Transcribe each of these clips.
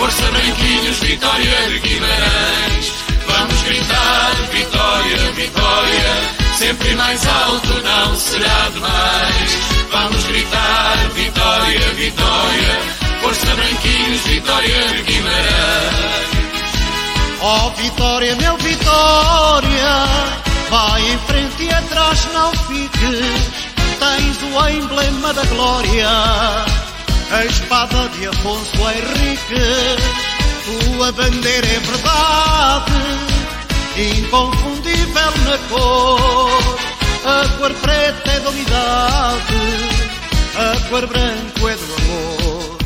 Força Branquinhos, vitória de Guimarães. Vamos gritar vitória, vitória, sempre mais alto não será demais. Vamos gritar vitória, vitória, Força Branquinhos, vitória de Guimarães. Oh Vitória, meu Vitória, vai em frente e atrás não fiques. Tens o emblema da glória, a espada de Afonso Henriques. Tua bandeira é verdade, inconfundível na cor. A cor preta é da unidade, a cor branco é do amor.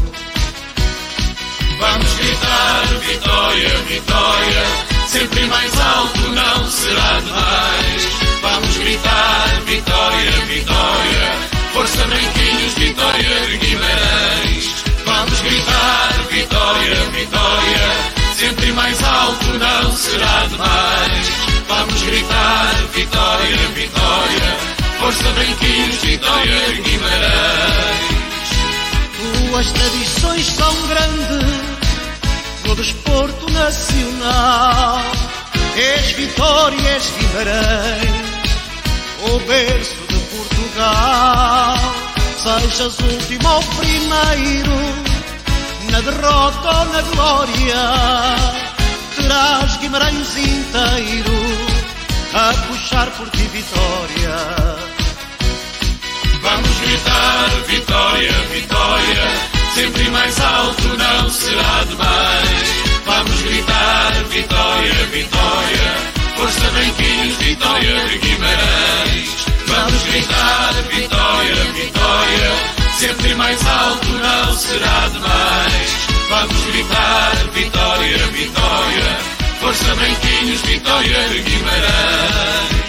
Vamos gritar vitória, vitória, sempre mais alto não será demais. Vamos gritar vitória, vitória, Força Branquinhos, vitória de Guimarães. Vamos gritar vitória, vitória, sempre mais alto não será demais. Vamos gritar vitória, vitória, Força Branquinhos, vitória de Guimarães. Tuas tradições são grandes no desporto nacional. És Vitória, és Guimarães, o berço de Portugal. Sejas último ou primeiro, na derrota ou na glória, terás Guimarães inteiro a puxar por ti vitória. Vamos gritar vitória, vitória, sempre mais alto não será demais. Vamos gritar vitória, vitória, Força Branquinhos, vitória de Guimarães. Vamos gritar vitória, vitória, sempre mais alto não será demais. Vamos gritar vitória, vitória, Força Branquinhos, vitória de Guimarães.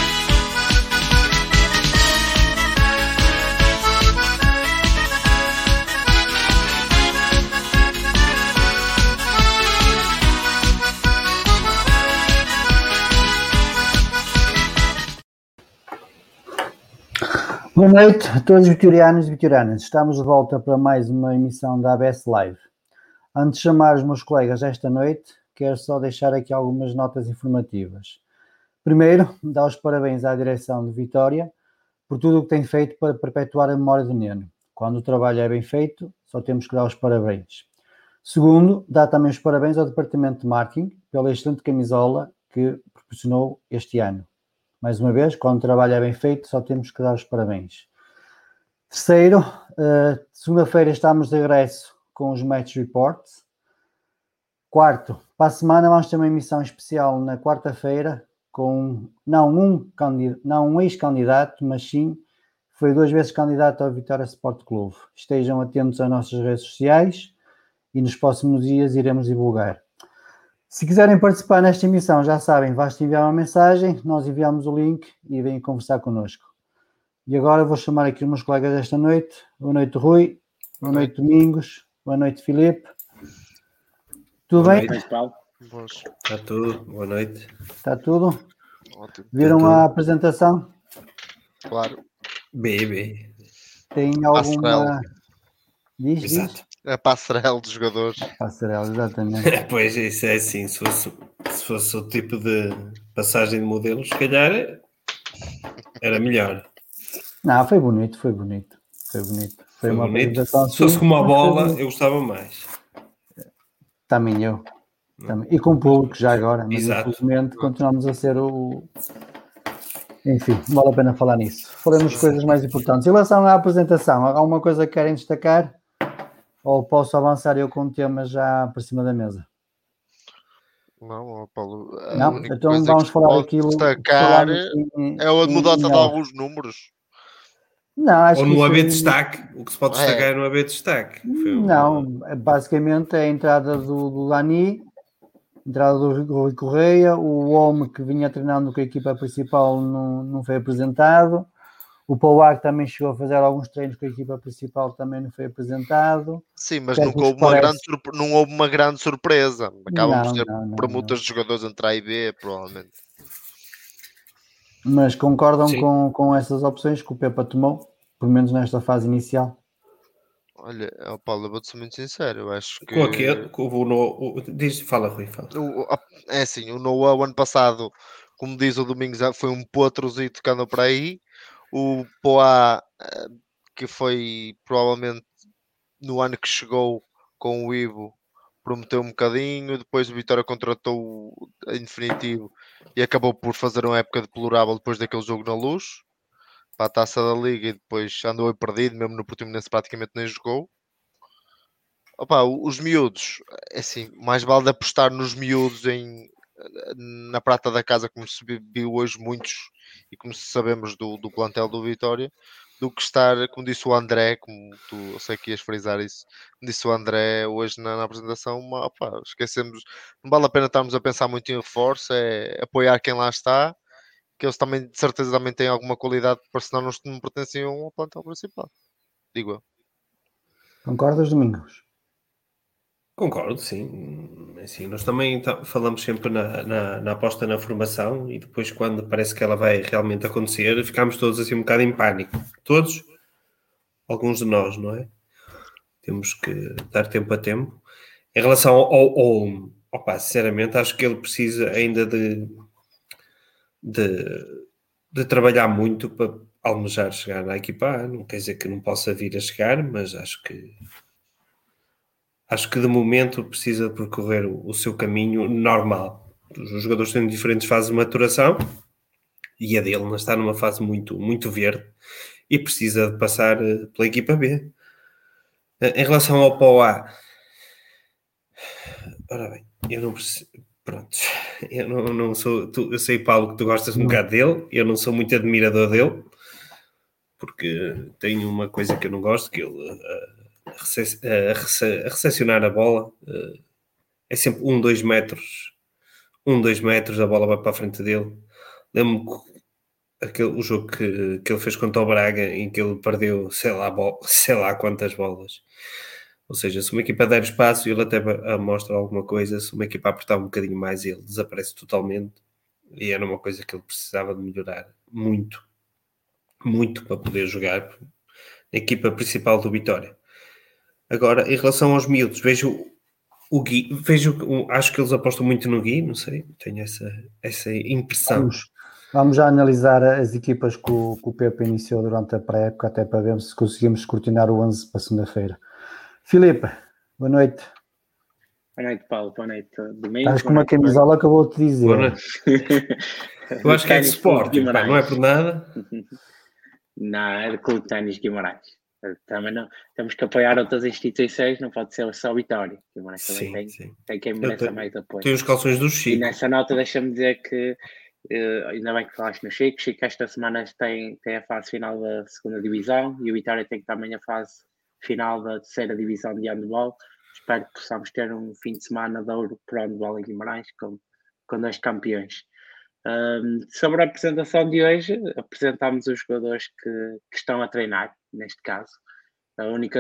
Boa noite a todos os vitorianos e vitorianas. Estamos de volta para mais uma emissão da ABS Live. Antes de chamar os meus colegas esta noite, quero só deixar aqui algumas notas informativas. Primeiro, dar os parabéns à direção de Vitória por tudo o que tem feito para perpetuar a memória do Neno. Quando o trabalho é bem feito, só temos que dar os parabéns. Segundo, dar também os parabéns ao Departamento de Marketing pela excelente camisola que proporcionou este ano. Mais uma vez, quando o trabalho é bem feito, só temos que dar os parabéns. Terceiro, segunda-feira estamos de regresso com os Match Reports. Quarto, para a semana vamos ter uma emissão especial na quarta-feira com não um ex-candidato, mas sim foi 2 vezes candidato ao Vitória Sport Clube. Estejam atentos às nossas redes sociais e nos próximos dias iremos divulgar. Se quiserem participar nesta emissão, já sabem, basta enviar uma mensagem, nós enviamos o link e vêm conversar connosco. E agora vou chamar aqui os meus colegas desta noite. Boa noite, Rui. Boa noite, Domingos. Boa noite, Filipe. Tudo Boa bem? Noite, Paulo. Está tudo. Boa noite. Está tudo? Ótimo. Viram Está tudo. a apresentação? Claro. Bem. Tem alguma... Diz. Exato. É a passarela dos jogadores. Passarela, exatamente. Pois, isso é assim. Se fosse o tipo de passagem de modelos, se calhar era melhor. Não, foi bonito. Foi uma bonito. apresentação Se fosse como a bola, foi... eu gostava mais. Também eu. Também. E com o público já agora. Mas Exato. infelizmente continuamos a ser o... Enfim, não vale a pena falar nisso. Falamos coisas mais importantes. Em relação à apresentação, há alguma coisa que querem destacar? Ou posso avançar eu com o tema já por cima da mesa? Não, Paulo. Não? Então vamos falar aquilo. Destacar é a mudança de alguns números. Não, acho Ou que no isso AB destaque. O que se pode destacar é no AB destaque. Não, basicamente é a entrada do Dani, a entrada do Rui Correia, o homem que vinha treinando com a equipa principal não foi apresentado. O Paulo também chegou a fazer alguns treinos com a equipa principal, também não foi apresentado. Sim, mas nunca houve não houve uma grande surpresa. Acabam por ser permutas de jogadores entre A e B, provavelmente. Mas concordam com essas opções que o Pepa tomou, pelo menos nesta fase inicial? Olha, Paulo, eu vou-te ser muito sincero, eu acho que... Com aquele, fala, Rui, fala. É assim, o Noah, o ano passado, como diz o Domingos, foi um potrozito que andou por aí. O Poá, que foi provavelmente no ano que chegou com o Ivo, prometeu um bocadinho, depois o Vitória contratou em definitivo e acabou por fazer uma época deplorável depois daquele jogo na Luz, para a Taça da Liga, e depois andou perdido, mesmo no Portimonense praticamente nem jogou. Opa, os miúdos, é assim, mais vale apostar nos miúdos na prata da casa, como se viu hoje muitos e como sabemos do plantel do Vitória, do que estar, como disse o André, como tu, eu sei que ias frisar isso, como disse o André hoje na apresentação, opa, esquecemos, não vale a pena estarmos a pensar muito em reforço, é apoiar quem lá está, que eles também, de certeza, também têm alguma qualidade, para senão não pertenciam ao plantel principal, digo eu. Concordas, Domingos? Concordo, sim. Assim, nós também falamos sempre na aposta na formação e depois, quando parece que ela vai realmente acontecer, ficamos todos assim um bocado em pânico. Todos, alguns de nós, não é? Temos que dar tempo a tempo. Em relação opa, sinceramente, acho que ele precisa ainda de trabalhar muito para almejar chegar na equipa A. Não quer dizer que não possa vir a chegar, mas acho que de momento precisa percorrer o seu caminho normal. Os jogadores têm diferentes fases de maturação e a dele não está numa fase muito, muito verde e precisa de passar pela equipa B. Em relação ao Poá, ora bem, eu não preciso. Pronto, eu não sou. Eu sei, Paulo, que tu gostas um bocado dele, eu não sou muito admirador dele, porque tenho uma coisa que eu não gosto, que ele a recepcionar a bola é sempre 2 metros, 2 metros, a bola vai para a frente dele. Lembro-me o jogo que ele fez contra o Braga, em que ele perdeu sei lá quantas bolas. Ou seja, se uma equipa der espaço, ele até mostra alguma coisa. Se uma equipa apertar um bocadinho mais, ele desaparece totalmente. E era uma coisa que ele precisava de melhorar muito, muito, para poder jogar na equipa principal do Vitória. Agora, em relação aos miúdos, vejo o Gui, acho que eles apostam muito no Gui, não sei, tenho essa impressão. Vamos já analisar as equipas que o Pepe iniciou durante a pré-época, até para ver se conseguimos escrutinar o 11 para segunda-feira. Filipe, boa noite. Boa noite, Paulo. Boa noite, Domingos. Estás com uma camisola que eu vou-te dizer. Boa noite. Eu acho que é de Sport, não é por nada. Não, é do Clube de Ténis Guimarães. Também não, temos que apoiar outras instituições, não pode ser só Vitória. Guimarães também tem quem mereça mais apoio. Tem os calções do Chico. E nessa nota deixa-me dizer que, ainda bem que falaste no Chico, esta semana tem a fase final da segunda divisão e o Vitória tem também a fase final da terceira divisão de handball. Espero que possamos ter um fim de semana de ouro para o handball em Guimarães com 2 campeões. Sobre a apresentação de hoje, apresentámos os jogadores que estão a treinar, neste caso. A única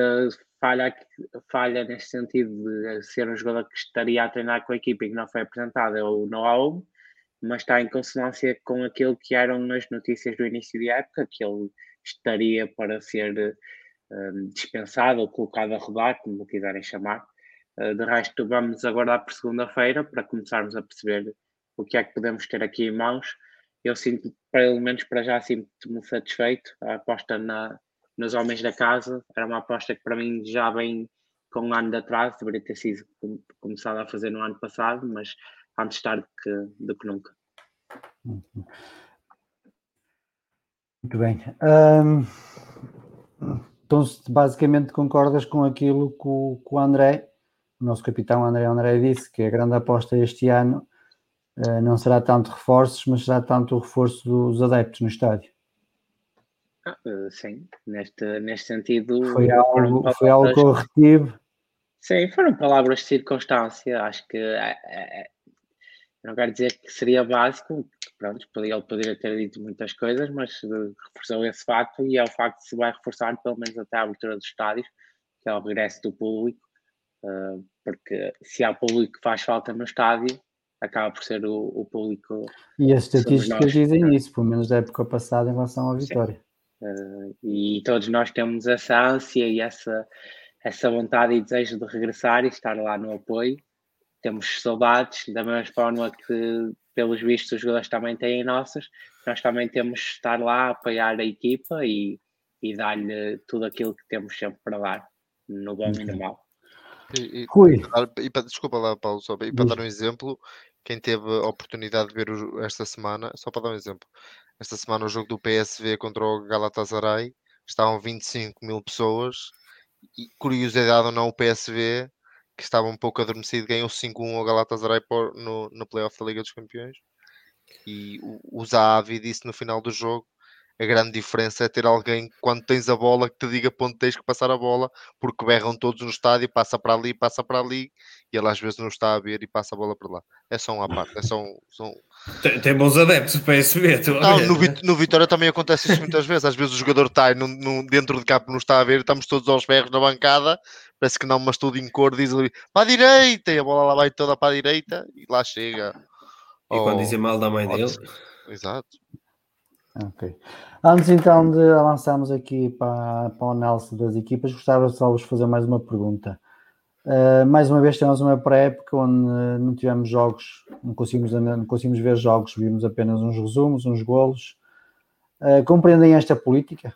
falha neste sentido de ser um jogador que estaria a treinar com a equipa e que não foi apresentado é o Noah, mas está em consonância com aquilo que eram as notícias do início da época, que ele estaria para ser dispensado ou colocado a rodar, como o quiserem chamar. De resto, vamos aguardar por segunda-feira para começarmos a perceber o que é que podemos ter aqui em mãos. Eu sinto, pelo menos para já, sinto-me satisfeito. A aposta nos homens da casa era uma aposta que para mim já vem com um ano de atraso, deveria ter sido começado a fazer no ano passado, mas antes tarde do que nunca. Muito bem. Então, basicamente concordas com aquilo que o André, o nosso capitão André disse, que a grande aposta este ano não será tanto reforços, mas será tanto o reforço dos adeptos no estádio. Sim, neste sentido... Foi algo que eu retive. Sim, foram palavras de circunstância. Acho que não quero dizer que seria básico, pronto, ele poderia ter dito muitas coisas, mas reforçou esse facto e é o facto de se vai reforçar pelo menos até a abertura dos estádios, que é o regresso do público, porque se há público que faz falta no estádio, acaba por ser o público. E as estatísticas dizem isso, pelo menos da época passada em relação à Vitória. E todos nós temos essa ânsia e essa vontade e desejo de regressar e estar lá no apoio. Temos saudades, da mesma forma que, pelos vistos, os jogadores também têm nossas. Nós também temos de estar lá, apoiar a equipa e dar-lhe tudo aquilo que temos sempre para dar, no bom e no mau. Rui. Desculpa lá, Paulo, só para dar um exemplo, quem teve a oportunidade de ver esta semana, só para dar um exemplo, esta semana o jogo do PSV contra o Galatasaray, estavam 25 mil pessoas e, curiosidade ou não, o PSV, que estava um pouco adormecido, ganhou 5-1 ao Galatasaray no playoff da Liga dos Campeões. E o Zahavi disse no final do jogo, a grande diferença é ter alguém, quando tens a bola, que te diga para onde tens que passar a bola, porque berram todos no estádio, passa para ali, e ele às vezes não está a ver e passa a bola para lá. É só uma parte, Tem bons adeptos para PSV. No Vitória também acontece isso muitas vezes. Às vezes o jogador está dentro de campo, não está a ver, estamos todos aos berros na bancada, parece que não, mas tudo em cor, diz ali, para a direita, e a bola lá vai toda para a direita, e lá chega. E quando dizem mal da mãe dele. Exato. Ok. Antes então de avançarmos aqui para o análise das equipas, gostava só de vos fazer mais uma pergunta. Mais uma vez temos uma pré-época onde não tivemos jogos, não conseguimos ver jogos, vimos apenas uns resumos, uns golos. Compreendem esta política?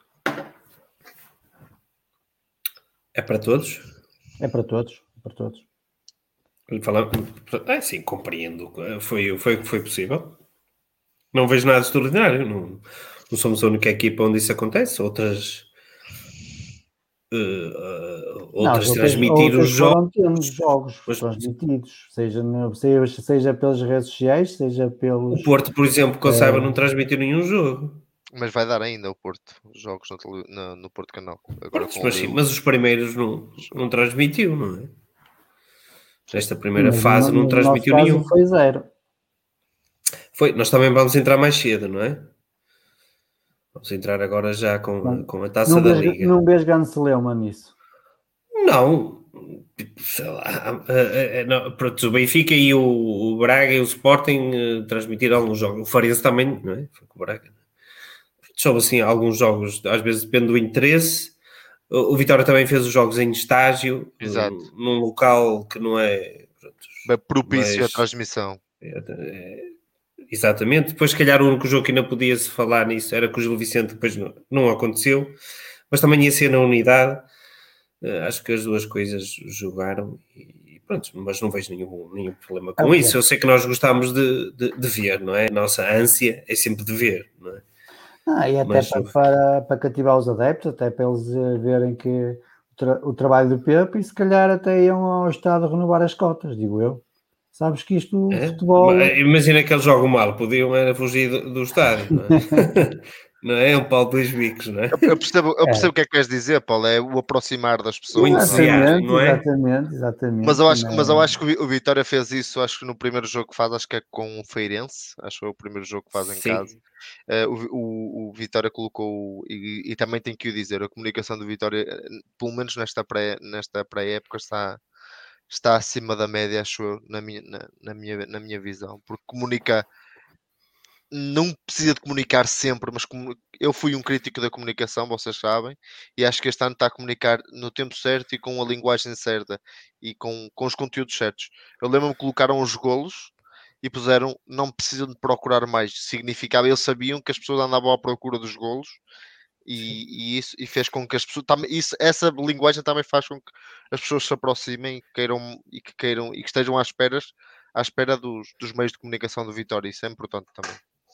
É para todos? É para todos, é para todos. Sim, compreendo. Foi o que foi possível. Não vejo nada extraordinário. Não somos a única equipa onde isso acontece. Outras transmitiram os jogos transmitidos, seja pelas redes sociais, seja pelos... O Porto, por exemplo, que eu saiba, não transmitiu nenhum jogo. Mas vai dar ainda o Porto, jogos no Porto Canal. Agora mas os primeiros não transmitiu, não é? Nesta primeira fase não transmitiu nenhum. Foi 0. Nós também vamos entrar mais cedo, não é? Vamos entrar agora já com a taça da Liga. Não vês Ganceleuma nisso? Não. Sei lá. Pronto, o Benfica e o Braga e o Sporting transmitiram alguns jogos. O Farense também, não é? Foi com o Braga. São assim alguns jogos, às vezes depende do interesse. O Vitória também fez os jogos em estágio, num local que não é... propício à transmissão. Exatamente. Depois, se calhar, o único jogo que ainda podia-se falar nisso era com o Gil Vicente, depois não aconteceu. Mas também ia ser na unidade. Acho que as duas coisas jogaram e pronto, mas não vejo nenhum problema com isso. Eu sei que nós gostamos de ver, não é? A nossa ânsia é sempre de ver, não é? E até para cativar os adeptos, até para eles verem que o trabalho do Pepe, e se calhar até iam ao Estado renovar as cotas, digo eu. Sabes que isto, futebol... Imagina que eles jogam mal, podiam fugir do estádio, não é? Não é? Um pau de dois bicos, não é? Eu percebo o que é que queres dizer, Paulo, é o aproximar das pessoas. O entusiasmo, não é? Exatamente. Mas eu acho que o Vitória fez isso, acho que no primeiro jogo que faz, acho que é com o Feirense, acho que é o primeiro jogo que faz em casa. O Vitória colocou, e também tenho que o dizer, a comunicação do Vitória, pelo menos nesta pré-época, está acima da média, acho eu, na minha visão, porque comunica, não precisa de comunicar sempre, mas eu fui um crítico da comunicação, vocês sabem, e acho que este ano está a comunicar no tempo certo e com a linguagem certa e com os conteúdos certos. Eu lembro-me que colocaram os golos e puseram, não precisam de procurar mais, significava, eles sabiam que as pessoas andavam à procura dos golos. E isso fez com que as pessoas essa linguagem também faz com que as pessoas se aproximem e que estejam à espera dos meios de comunicação do Vitória. Isso é importante também.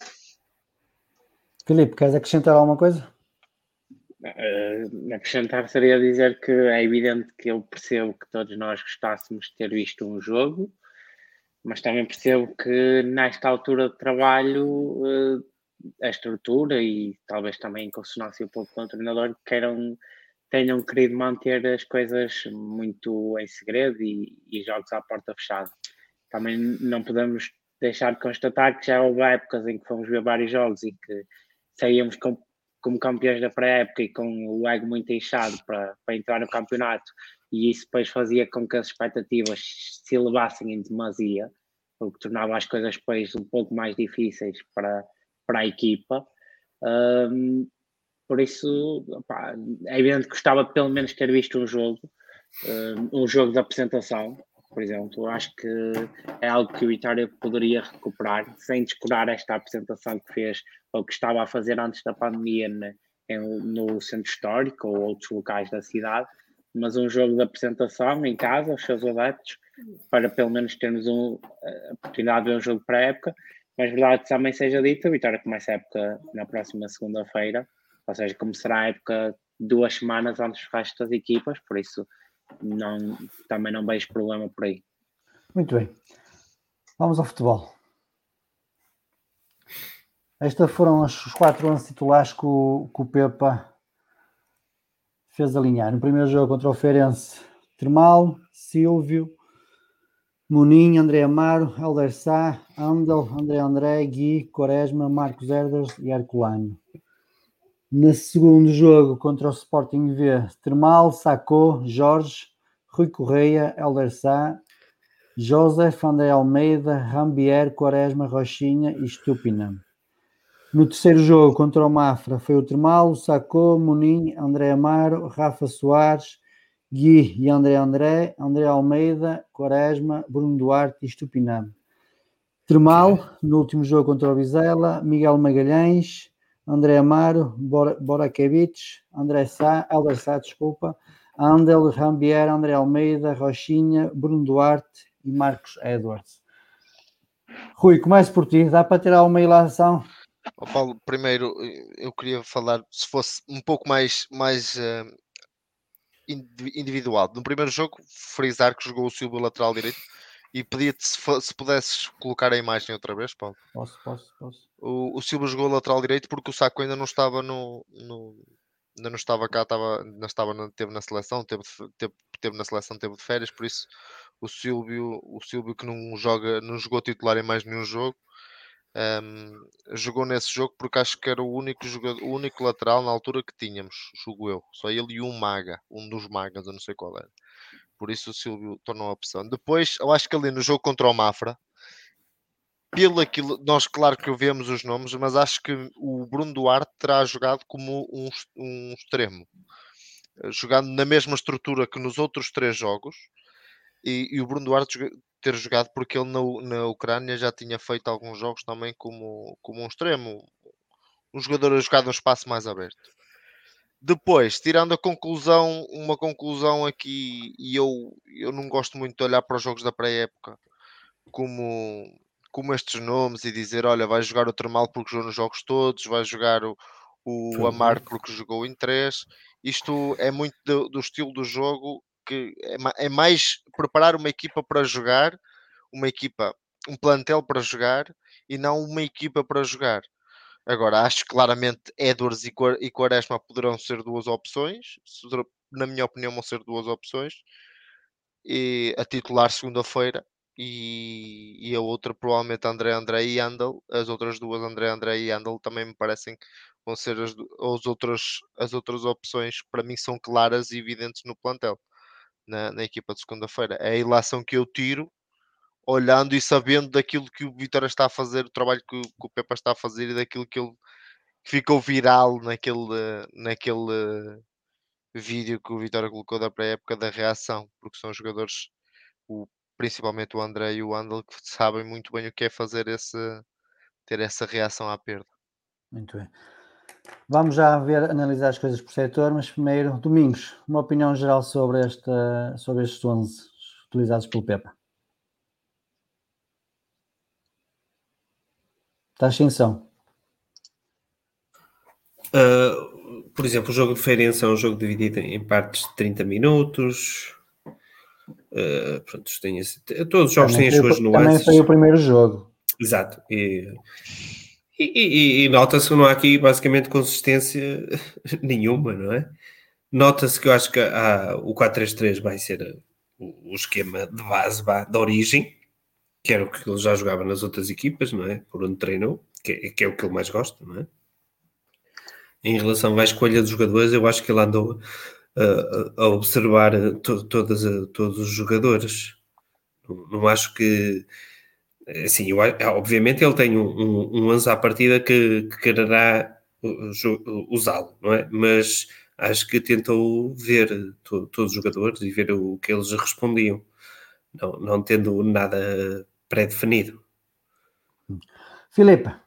Filipe, queres acrescentar alguma coisa? Acrescentar seria dizer que é evidente que eu percebo que todos nós gostássemos de ter visto um jogo, mas também percebo que nesta altura de trabalho a estrutura e talvez também em consonância um pouco com o treinador tenham querido manter as coisas muito em segredo e jogos à porta fechada. Também não podemos deixar de constatar que já houve épocas em que fomos ver vários jogos e que saíamos como campeões da pré-época e com o ego muito inchado para entrar no campeonato, e isso depois fazia com que as expectativas se elevassem em demasia, o que tornava as coisas depois um pouco mais difíceis para a equipa. Por isso, é evidente que gostava de pelo menos ter visto um jogo, um jogo de apresentação, por exemplo. Acho que é algo que o Vitória poderia recuperar, sem descurar esta apresentação que fez, ou que estava a fazer antes da pandemia no centro histórico ou outros locais da cidade, mas um jogo de apresentação em casa, aos seus adeptos, para pelo menos termos a oportunidade de ver um jogo para a época. Mas verdade que também seja dito, a Vitória começa a época na próxima segunda-feira, ou seja, começará a época 2 semanas antes do resto das equipas, por isso também não vejo problema por aí. Muito bem. Vamos ao futebol. Estas foram os 4 11 titulares que o Pepa fez alinhar. No primeiro jogo contra o Feirense, Termal, Silvio, Munim, André Amaro, Helder Sá, Andel, André, Gui, Quaresma, Marcos Herders e Herculano. No segundo jogo contra o Sporting V, Termal, Sacô, Jorge, Rui Correia, Helder Sá, Joseph, André Almeida, Rambier, Quaresma, Rochinha e Stupinam. No terceiro jogo contra o Mafra foi o Termal, Sacô, Munim, André Amaro, Rafa Soares, Gui e André Almeida, Quaresma, Bruno Duarte e Stupinam. Termal, no último jogo contra o Vizela, Miguel Magalhães, André Amaro, Borakevich, Helder Sá, Andel, Rambier, André Almeida, Rochinha, Bruno Duarte e Marcos Edwards. Rui, começo por ti. Dá para tirar uma ilação? Paulo, primeiro eu queria falar, se fosse um pouco mais individual. No primeiro jogo, frisar que jogou o Silvio lateral direito e pedia-te se pudesses colocar a imagem outra vez, Paulo. Posso. O Silvio jogou lateral direito porque o Saco ainda não estava ainda não estava cá, teve na seleção, teve na seleção, teve de férias, por isso o Silvio que não jogou titular em mais nenhum jogo, jogou nesse jogo porque acho que era o único lateral na altura que tínhamos, julgo eu, só ele e um dos magas, eu não sei qual era, por isso o Silvio tornou a opção. Depois, eu acho que ali no jogo contra o Mafra, pelo aquilo, nós claro que vemos os nomes, mas acho que o Bruno Duarte terá jogado como um extremo, jogando na mesma estrutura que nos outros 3 jogos, e o Bruno Duarte ter jogado porque ele na Ucrânia já tinha feito alguns jogos também como um extremo, um jogador a jogar num espaço mais aberto. Depois, tirando uma conclusão aqui, e eu não gosto muito de olhar para os jogos da pré-época como estes nomes e dizer, olha, vai jogar o Termal porque jogou nos jogos todos, vai jogar o Amar porque jogou em 3. Isto é muito do estilo do jogo, que é mais preparar uma equipa para jogar, um plantel para jogar e não uma equipa para jogar. Agora, acho que claramente Edwards e Quaresma poderão ser 2 opções, na minha opinião vão ser 2 opções, e a titular segunda-feira, e a outra provavelmente André e Andel. As outras 2, André e Andel, também me parecem que vão ser as outras opções, para mim são claras e evidentes no plantel, na equipa de segunda-feira. É a ilação que eu tiro, olhando e sabendo daquilo que o Vitória está a fazer, o trabalho que o Pepa está a fazer e daquilo que ficou viral naquele vídeo que o Vitória colocou da pré-época da reação, porque são jogadores, principalmente o André e o Andel, que sabem muito bem o que é ter essa reação à perda. Muito bem. Vamos já analisar as coisas por setor, mas primeiro, Domingos, uma opinião geral sobre estes 11 utilizados pelo Pepa. Estás sem som. Por exemplo, o jogo de Feirense é um jogo dividido em partes de 30 minutos. Pronto, todos os jogos têm as suas nuances. Também foi o primeiro jogo. Exato. E nota-se que não há aqui basicamente consistência nenhuma, não é? Nota-se que eu acho que o 4-3-3 vai ser o esquema de base da origem, que era o que ele já jogava nas outras equipas, não é? Por onde treinou, que é o que ele mais gosta, não é? Em relação à escolha dos jogadores, eu acho que ele andou a observar todos os jogadores. Não acho que... Assim, obviamente ele tem um 11 à partida que quererá usá-lo, não é? Mas acho que tentou ver todos os jogadores e ver o que eles respondiam, não tendo nada pré-definido. Filipe.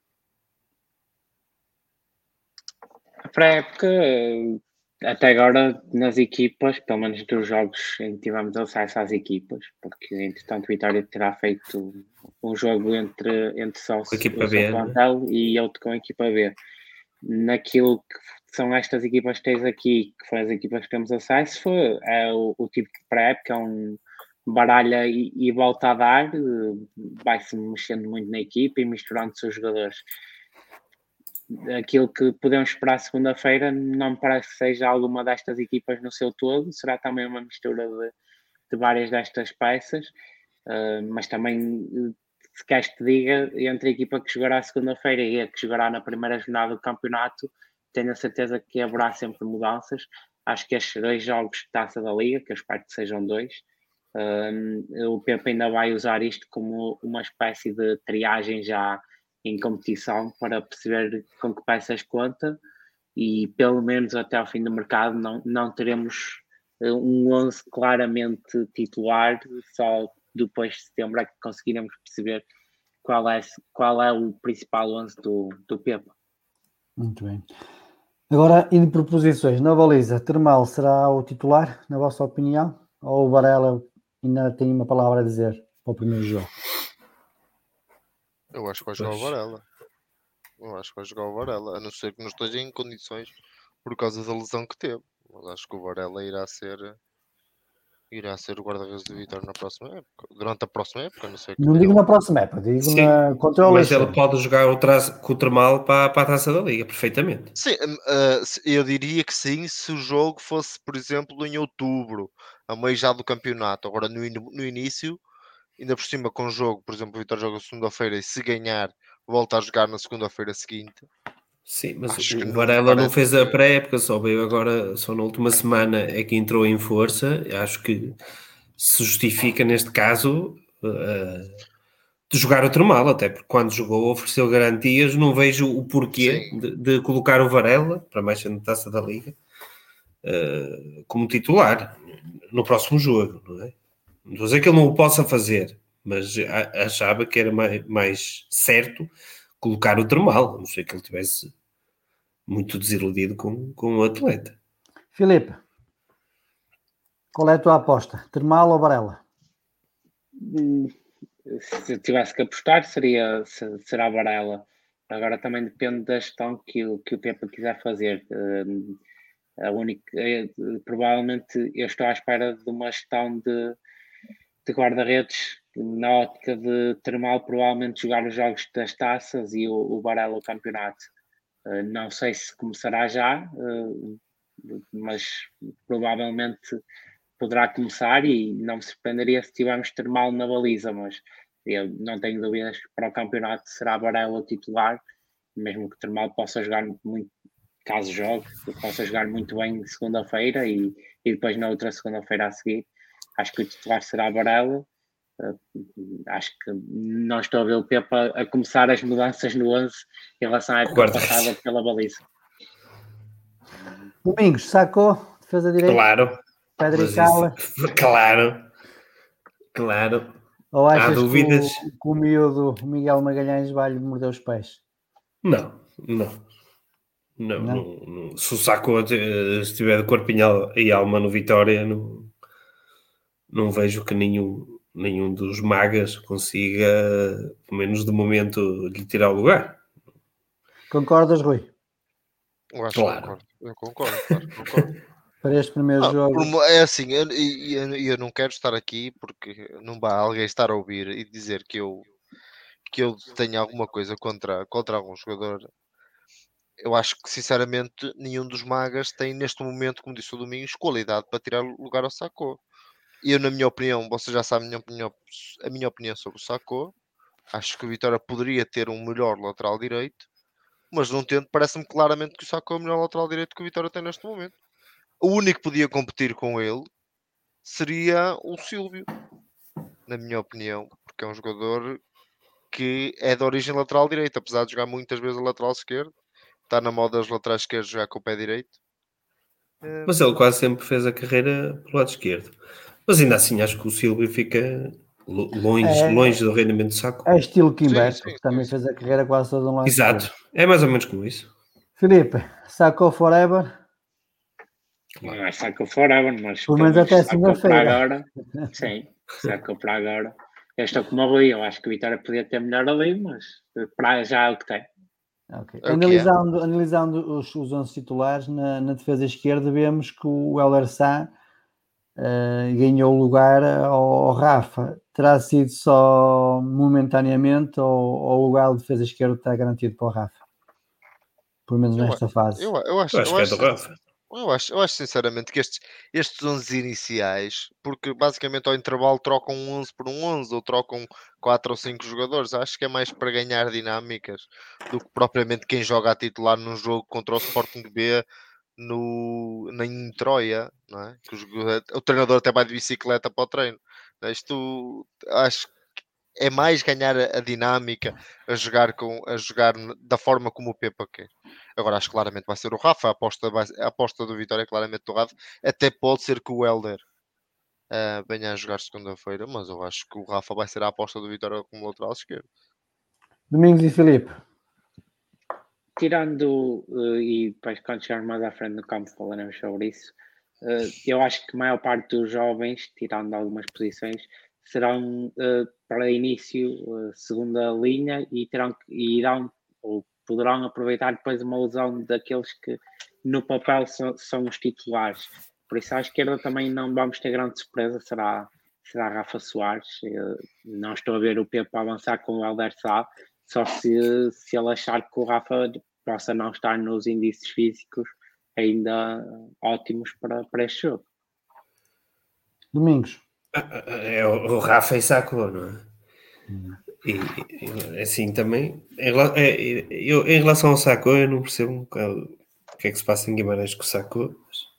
Para a época, até agora, nas equipas, pelo menos dos jogos em que tivemos acesso às equipas, porque entretanto o Vitória terá feito um jogo entre só o equipa seu B, plantel e outro com a equipa B. Naquilo que são estas equipas que tens aqui, que foram as equipas que temos acesso, é o tipo de pré-época, é um baralha e volta a dar, vai-se mexendo muito na equipa e misturando-se os jogadores. Aquilo que podemos esperar segunda-feira não me parece que seja alguma destas equipas no seu todo, será também uma mistura de várias destas peças, mas também, se queres que te diga, entre a equipa que jogará segunda-feira e a que jogará na primeira jornada do campeonato, tenho a certeza que haverá sempre mudanças. Acho que estes 2 jogos de Taça da Liga, que eu espero que sejam 2, o Pepe ainda vai usar isto como uma espécie de triagem já em competição para perceber com que peças conta e pelo menos até ao fim do mercado não teremos um 11 claramente titular, só depois de setembro é que conseguiremos perceber qual é o principal 11 do Pepe. Muito bem. Agora, indo por posições, na baliza, Termal será o titular, na vossa opinião? Ou o Varela ainda tem uma palavra a dizer para o primeiro jogo? Eu acho que vai jogar o Varela. A não ser que não esteja em condições por causa da lesão que teve. Mas acho que o Varela irá ser o guarda-redes do Vitória na próxima época. Durante a próxima época, não sei. Não digo na próxima época, digo contra o mas Alexandre. ele pode jogar com o Termal para a Taça da Liga, perfeitamente. Sim, eu diria que sim, se o jogo fosse, por exemplo, em outubro, a meio já do campeonato. Agora, no início, ainda por cima com o jogo, por exemplo, o Vitória joga segunda-feira e se ganhar, volta a jogar na segunda-feira seguinte. Sim, mas Acho o Varela não fez a pré-época, só veio agora, só na última semana é que entrou em força. Acho que se justifica neste caso de jogar o Termal, até porque quando jogou ofereceu garantias, não vejo o porquê de colocar o Varela, para mais sendo Taça da Liga, como titular no próximo jogo, não é? Não estou a dizer que ele não o possa fazer, mas achava que era mais certo colocar o Termal, a não ser que ele tivesse muito desiludido com o atleta. Filipe, qual é a tua aposta? Termal ou Varela? Se tivesse que apostar, será Varela. Agora também depende da gestão que o Pepe quiser fazer. Provavelmente eu estou à espera de uma gestão de guarda-redes na ótica de Termal provavelmente jogar os jogos das taças e o Varela o campeonato. Não sei se começará já, mas provavelmente poderá começar e não me surpreenderia se tivermos Termal na baliza, mas eu não tenho dúvidas que para o campeonato será Varela o titular, mesmo que Termal possa jogar muito, caso jogue, possa jogar muito bem segunda-feira e depois na outra segunda-feira a seguir. Acho que o titular será Varela. Acho que não estou a ver o Pepe a começar as mudanças no 11 em relação à época passada pela baliza. Domingos, Sacou, defesa direita? Claro. Pedro e Cala? Claro. Ou achas Há dúvidas? que o miúdo Miguel Magalhães vai-lhe morder os pés? Não. Se o Sacou estiver de corpo e alma no Vitória, não vejo que nenhum dos magas consiga, pelo menos de momento, lhe tirar o lugar. Concordas, Rui? Claro. Eu concordo. Para este primeiro jogo. É assim, eu não quero estar aqui porque não vai alguém estar a ouvir e dizer que eu tenho alguma coisa contra algum jogador. Eu acho que sinceramente nenhum dos magas tem neste momento, como disse o Domingos, qualidade para tirar lugar ao Sacou. Eu, na minha opinião, vocês já sabem a minha opinião sobre o Sacou. Acho que o Vitória poderia ter um melhor lateral direito, mas não tendo, parece-me claramente que o Sacou é o melhor lateral direito que o Vitória tem neste momento. O único que podia competir com ele seria o Silvio, na minha opinião, porque é um jogador que é de origem lateral direita, apesar de jogar muitas vezes a lateral esquerdo. Está na moda das laterais esquerdas jogar com o pé direito. Mas ele quase sempre fez a carreira pelo lado esquerdo. Mas ainda assim acho que o Silvio fica longe do rendimento de Sacco. É estilo Kimber, Sim, que também fez a carreira quase toda um lado Exato, esquerdo. é mais ou menos como isso. Filipe, Sacco forever? Não é Sacco forever, mas Pelo pelo menos menos até Sacco para segunda-feira. agora. Sim, Sacco para agora. Eu estou com o Rui, eu acho que o Vitória podia ter melhor ali, mas para já é o que tem. Okay. É o que é. Analisando os 11 titulares, na defesa esquerda, vemos que o Helder Sá ganhou lugar ao Rafa. Terá sido só momentaneamente ou o lugar de defesa esquerda está garantido para o Rafa? Pelo menos nesta fase. Eu Eu acho que é do Rafa. Eu acho sinceramente que estes 11 iniciais, porque basicamente ao intervalo trocam um 11 por um 11 ou trocam 4 ou 5 jogadores, acho que é mais para ganhar dinâmicas do que propriamente quem joga a titular num jogo contra o Sporting B em Troia, não é? Que o treinador até vai de bicicleta para o treino. Isto acho que é mais ganhar a dinâmica, a jogar da forma como o Pepa quer. Agora acho que claramente vai ser o Rafa, a aposta do Vitória é claramente do Rafa. Até pode ser que o Helder venha a jogar segunda-feira, mas eu acho que o Rafa vai ser a aposta do Vitória como lateral esquerdo. Domingos e Filipe. Tirando, e depois quando chegarmos mais à frente no campo falaremos sobre isso, eu acho que a maior parte dos jovens, tirando algumas posições, serão para início segunda linha e irão ou poderão aproveitar depois uma lesão daqueles que no papel são os titulares. Por isso à esquerda também não vamos ter grande surpresa, será Rafa Soares. Não estou a ver o Pepe avançar com o Helder Sá, só se ele achar que o Rafa possa não estar nos indícios físicos ainda ótimos para este jogo. Domingos. O Rafa e Sacco, não é? E assim também, em relação ao Sacco, eu não percebo um bocado o que é que se passa em Guimarães com o Sacco,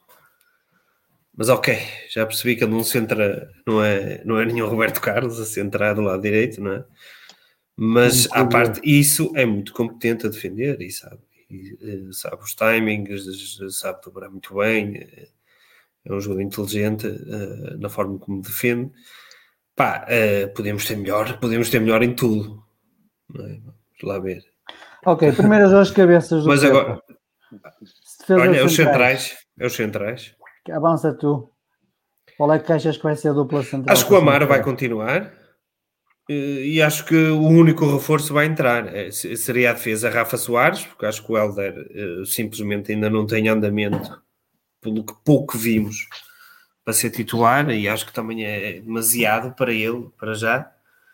mas ok, já percebi que ele não centra, não é nenhum Roberto Carlos a centrar do lado direito, não é? Mas à parte, isso é muito competente a defender e sabe os timings, sabe dobrar muito bem, é um jogador inteligente na forma como defende. Pá, podemos ter melhor em tudo, não é? Vamos lá ver. Ok, primeiras duas cabeças do Mas Pepa. agora, olha, é os centrais. Avança tu. Qual é que achas que vai ser a dupla central? Acho que o Amaro vai continuar e acho que o único reforço vai entrar seria a defesa Rafa Soares, porque acho que o Helder simplesmente ainda não tem andamento, pelo que pouco vimos, para ser titular, e acho que também é demasiado para ele, para já.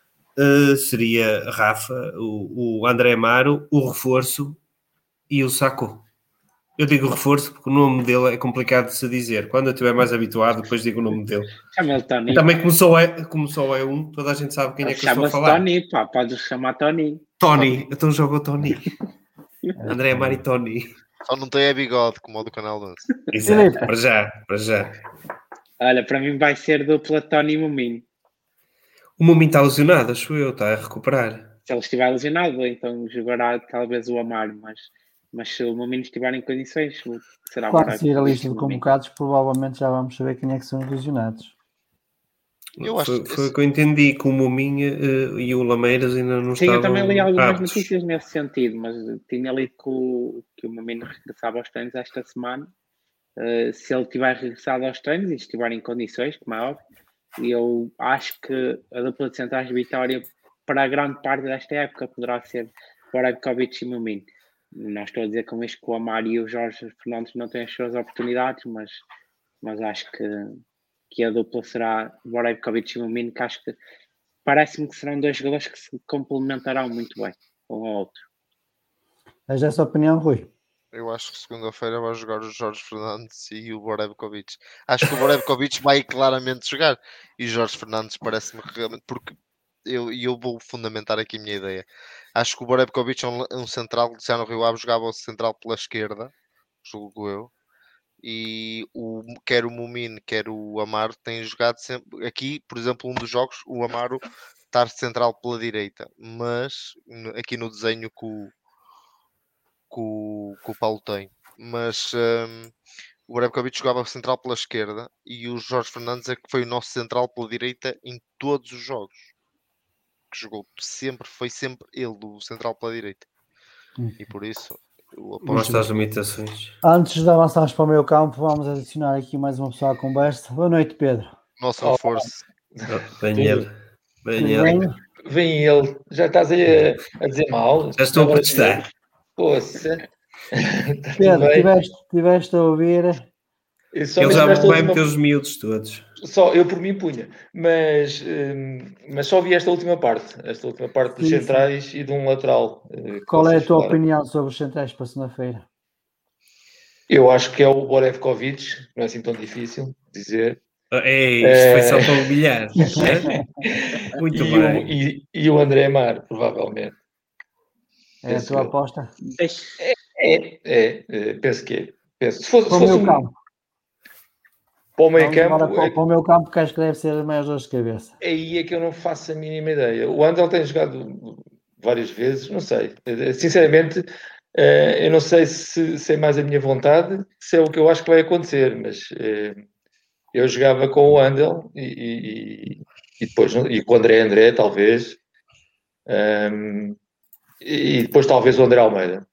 Seria Rafa, o André Amaro, o reforço e o Sacco. Eu digo reforço porque o nome dele é complicado de se dizer. Quando eu estiver mais habituado, depois digo o nome dele. Chama-lhe Tony. E também, como só é um, toda a gente sabe quem é que eu estou a falar. Tony, pá, podes chamar Tony. Tony, então joga o Tony. André Amaro e Tony. Só não tem bigode, como o do Canal 11. Exato, para já. Olha, para mim vai ser dupla Tony e Mumin. O Mumin está lesionado, acho eu, está a recuperar. Se ele estiver lesionado, então jogará talvez o Amaro, mas se o Mumin estiver em condições, será o Quando sair a lista de convocados, provavelmente já vamos saber quem é que são os lesionados. Foi o que eu entendi, que o Mumin e o Lameiras ainda não estavam. Sim, eu também li algumas aptos. notícias nesse sentido, mas tinha lido que o Mumin regressava aos treinos esta semana. Se ele tiver regressado aos treinos e estiver em condições, como é óbvio, eu acho que a dupla de centrais de Vitória para a grande parte desta época poderá ser Borebkovic e Mumin. Não estou a dizer com isto que o Amaro e o Jorge Fernandes não têm as suas oportunidades, mas acho que a dupla será Borebkovic e Mumin, que acho que parece-me que serão dois jogadores que se complementarão muito bem um ao outro. És essa opinião, Rui? Eu acho que segunda-feira vai jogar o Jorge Fernandes e o Borebkovic. Acho que o Borebkovic vai claramente jogar e o Jorge Fernandes parece-me realmente, porque eu vou fundamentar aqui a minha ideia. Acho que o Borebkovic é um central, já no Rio Ave jogava o central pela esquerda, julgo eu, e quer o Mumin, quer o Amaro têm jogado sempre, aqui, por exemplo, um dos jogos, o Amaro está central pela direita, mas aqui no desenho que o Paulo tem, mas o Brevkovic jogava central pela esquerda e o Jorge Fernandes é que foi o nosso central pela direita em todos os jogos que jogou. Foi sempre ele, o central pela direita. E por isso, eu aposto Mostra as limitações. Antes de avançarmos para o meio campo, vamos adicionar aqui mais uma pessoa à conversa. Boa noite, Pedro. nosso reforço. Vem ele. Vem ele. Já estás aí a dizer mal? Já estou a protestar. Poxa. Pedro, tiveste a ouvir. Ele já vai meter os miúdos todos. Só, eu por mim punha, mas só vi esta última parte dos centrais e de um lateral. Qual é a tua opinião sobre os centrais para segunda-feira? Eu acho que é o Borevkovic, não é assim tão difícil dizer. Isto foi só para humilhar. Muito bem. E o André Mar, provavelmente. É a tua aposta? Penso que é. Se fosse para o meu campo. Para o meio campo. Para o meu campo, que acho que deve ser as maiores dores de cabeça. Aí é que eu não faço a mínima ideia. O Andel tem jogado várias vezes, não sei. Sinceramente, eu não sei se é mais a minha vontade, se é o que eu acho que vai acontecer, mas eu jogava com o Andel e depois e com o André, talvez. E depois talvez o André Almeida.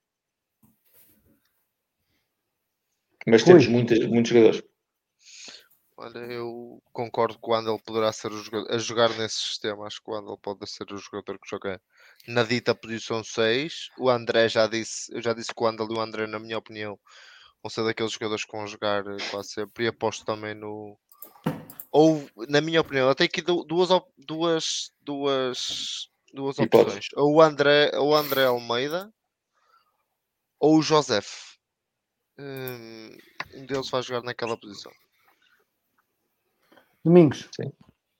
Mas temos muitos jogadores. Olha, eu concordo que o Andel poderá ser o jogador a jogar nesse sistema. Acho que o Andel pode ser o jogador que joga na dita posição 6. O André eu já disse que o Andel e o André, na minha opinião, vão ser daqueles jogadores que vão jogar quase sempre. E aposto também no. Ou, na minha opinião, eu tenho aqui duas opções. Ou o André Almeida ou o Joseph. Um deles vai jogar naquela posição. Domingos. Sim.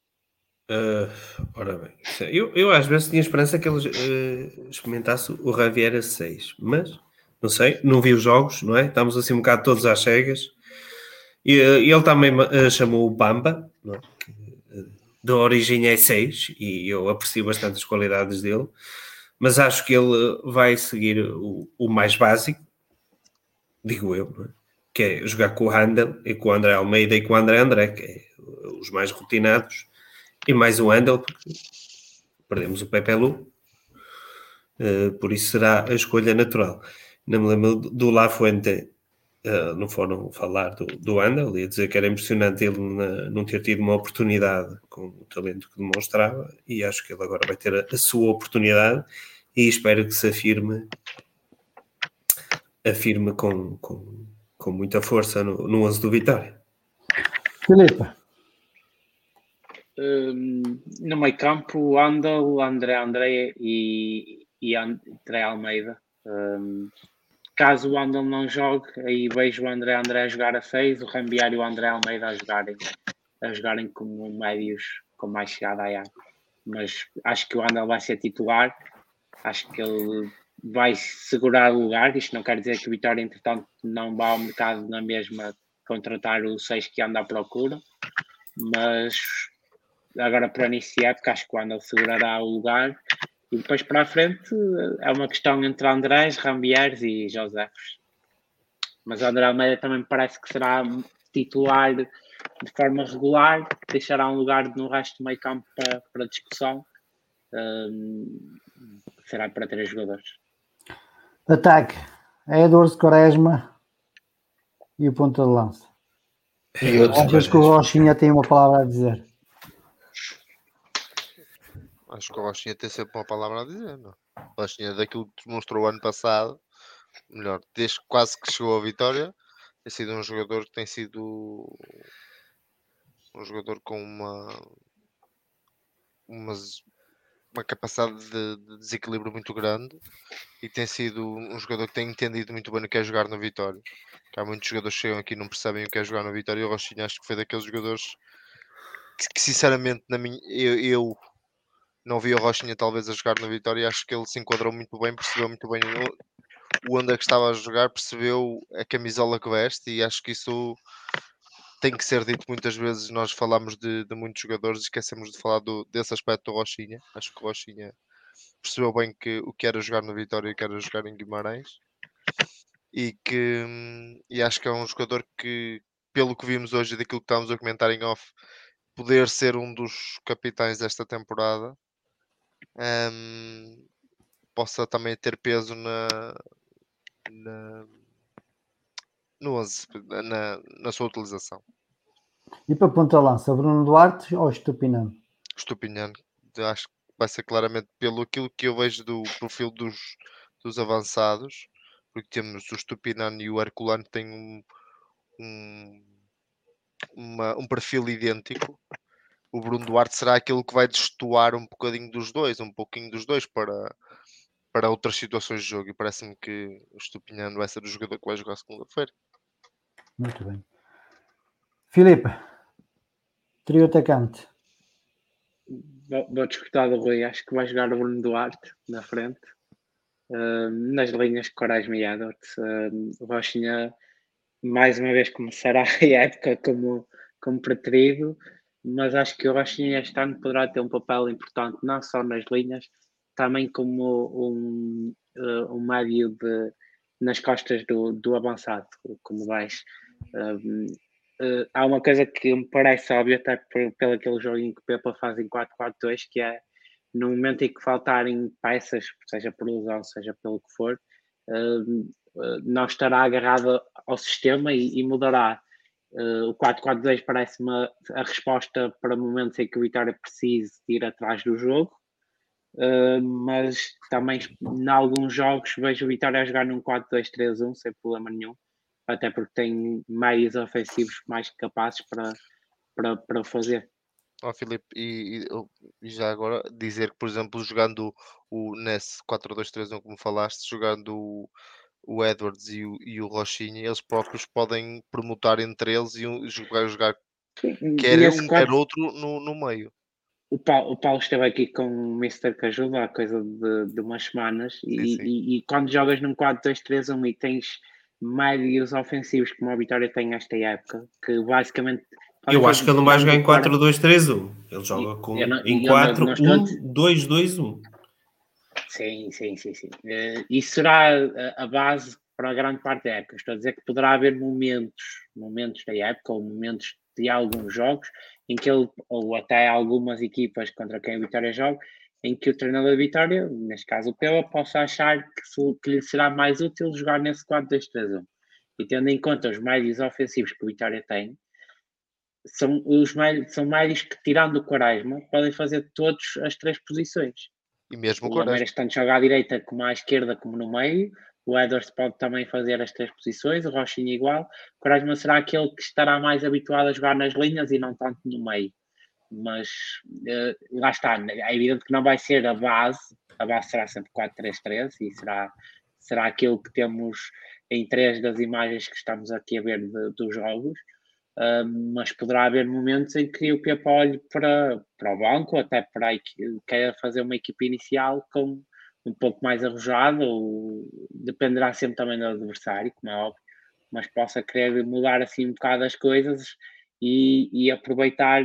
Ora bem, eu às vezes tinha esperança que ele experimentasse o Javier a 6, mas não sei, não vi os jogos, não é? Estamos assim um bocado todos às cegas. E ele também chamou o Bamba, não é? Que, de origem é 6 e eu aprecio bastante as qualidades dele, mas acho que ele vai seguir o mais básico, digo eu, não é? Que é jogar com o Handel e com o André Almeida e com o André, que é os mais rotinados, e mais o Handel, porque perdemos o Pepe Lu, por isso será a escolha natural. Não me lembro do La Fuente, não foram falar do Handel, ia dizer que era impressionante ele não ter tido uma oportunidade com o talento que demonstrava, e acho que ele agora vai ter a sua oportunidade, e espero que se afirme com muita força no 11 do Vitória. Filipe. No meio campo, Andel, André e André Almeida. Caso o Andel não jogue, aí vejo o André a jogar a 6, o Rambiar e o André Almeida a jogarem como médios com mais chegada à área. Mas acho que o Andel vai ser titular, acho que ele vai segurar o lugar. Isto não quer dizer que o Vitória, entretanto, não vá ao mercado na mesma contratar o 6 que anda à procura, mas agora para iniciar, porque acho que o Andel segurará o lugar. E depois para a frente é uma questão entre Andrés, Rambieres e Josefes. Mas o André Almeida também me parece que será titular de forma regular, deixará um lugar no resto do meio campo para discussão. Será para 3 jogadores. Ataque. É Eduardo Quaresma e o ponta de lança. Achas que o Rochinha tem uma palavra a dizer? Acho que o Rochinha tem sempre uma palavra a dizer, não? O Rochinha, daquilo que demonstrou o ano passado, melhor, desde quase que chegou à Vitória, tem sido um jogador que tem sido um jogador com uma capacidade de desequilíbrio muito grande e tem sido um jogador que tem entendido muito bem o que é jogar na Vitória. Que há muitos jogadores que chegam aqui e não percebem o que é jogar na Vitória, e o Rochinha acho que foi daqueles jogadores que sinceramente eu não vi o Rochinha talvez a jogar na Vitória, e acho que ele se enquadrou muito bem, percebeu muito bem onde é que estava a jogar, percebeu a camisola que veste, e acho que isso tem que ser dito muitas vezes. Nós falamos de muitos jogadores e esquecemos de falar desse aspecto do Rochinha. Acho que o Rochinha percebeu bem o que era jogar na Vitória e o que era jogar em Guimarães. e acho que é um jogador que, pelo que vimos hoje e daquilo que estávamos a comentar em off, poder ser um dos capitães desta temporada, possa também ter peso no 11, na sua utilização. E para ponta-lança, Bruno Duarte ou Estupinano? Estupinhando, acho que vai ser claramente pelo aquilo que eu vejo do perfil dos avançados, porque temos o Estupinano e o Herculano que têm um perfil idêntico. O Bruno Duarte será aquele que vai destoar um pouquinho dos dois para outras situações de jogo, e parece-me que o Estupinano vai ser o jogador que vai jogar segunda-feira. Muito bem. Filipe, trio atacante. Vou disputar do Rui, acho que vai jogar o Bruno Duarte na frente. Nas linhas Quaresma e Edwards. O Rochinha mais uma vez começará a época como preferido, mas acho que o Rochinha este ano poderá ter um papel importante não só nas linhas, também como um médio nas costas do avançado, como vais. Há uma coisa que me parece óbvia, até pelo aquele joguinho que o Pepa faz em 4-4-2, que é no momento em que faltarem peças, seja por lesão, seja pelo que for, não estará agarrado ao sistema e mudará. O 4-4-2 parece-me a resposta para momentos em que o Vitória precise ir atrás do jogo, mas também em alguns jogos vejo o Vitória a jogar num 4-2-3-1 sem problema nenhum, até porque tem meios ofensivos mais capazes para fazer. Filipe, e já agora dizer que, por exemplo, jogando nesse 4-2-3-1, como falaste, jogando o Edwards e o Rochinha, eles próprios podem permutar entre eles e jogar quer um, quer outro no meio. O Paulo esteve aqui com o Mr. Cajuda há coisa de umas semanas, e quando jogas num 4-2-3-1 e tens médios ofensivos como a Vitória tem esta época, que basicamente... Eu acho que ele não vai jogar em 4-2-3-1. Ele joga em 4-1-2-2-1. Sim. Isso será a base para a grande parte da época. Estou a dizer que poderá haver momentos da época, ou momentos de alguns jogos, em que ele, ou até algumas equipas contra quem a Vitória joga, em que o treinador da Vitória, neste caso o Pela, possa achar que lhe será mais útil jogar nesse 4-2-3-1. E tendo em conta os médios ofensivos que o Vitória tem, são médios que, tirando o Quaresma, podem fazer todas as três posições. E mesmo o Lameiras tanto joga à direita como à esquerda como no meio. O Edwards pode também fazer as três posições, o Rochinha igual. O Quaresma será aquele que estará mais habituado a jogar nas linhas e não tanto no meio. Mas lá está, é evidente que não vai ser a base será sempre 4-3-3 e será aquilo que temos em 3 das imagens que estamos aqui a ver dos jogos. Mas poderá haver momentos em que o Pepa olhe para o banco, até para queira fazer uma equipe inicial com um pouco mais arrojado, ou dependerá sempre também do adversário, como é óbvio, mas possa querer mudar assim um bocado as coisas e aproveitar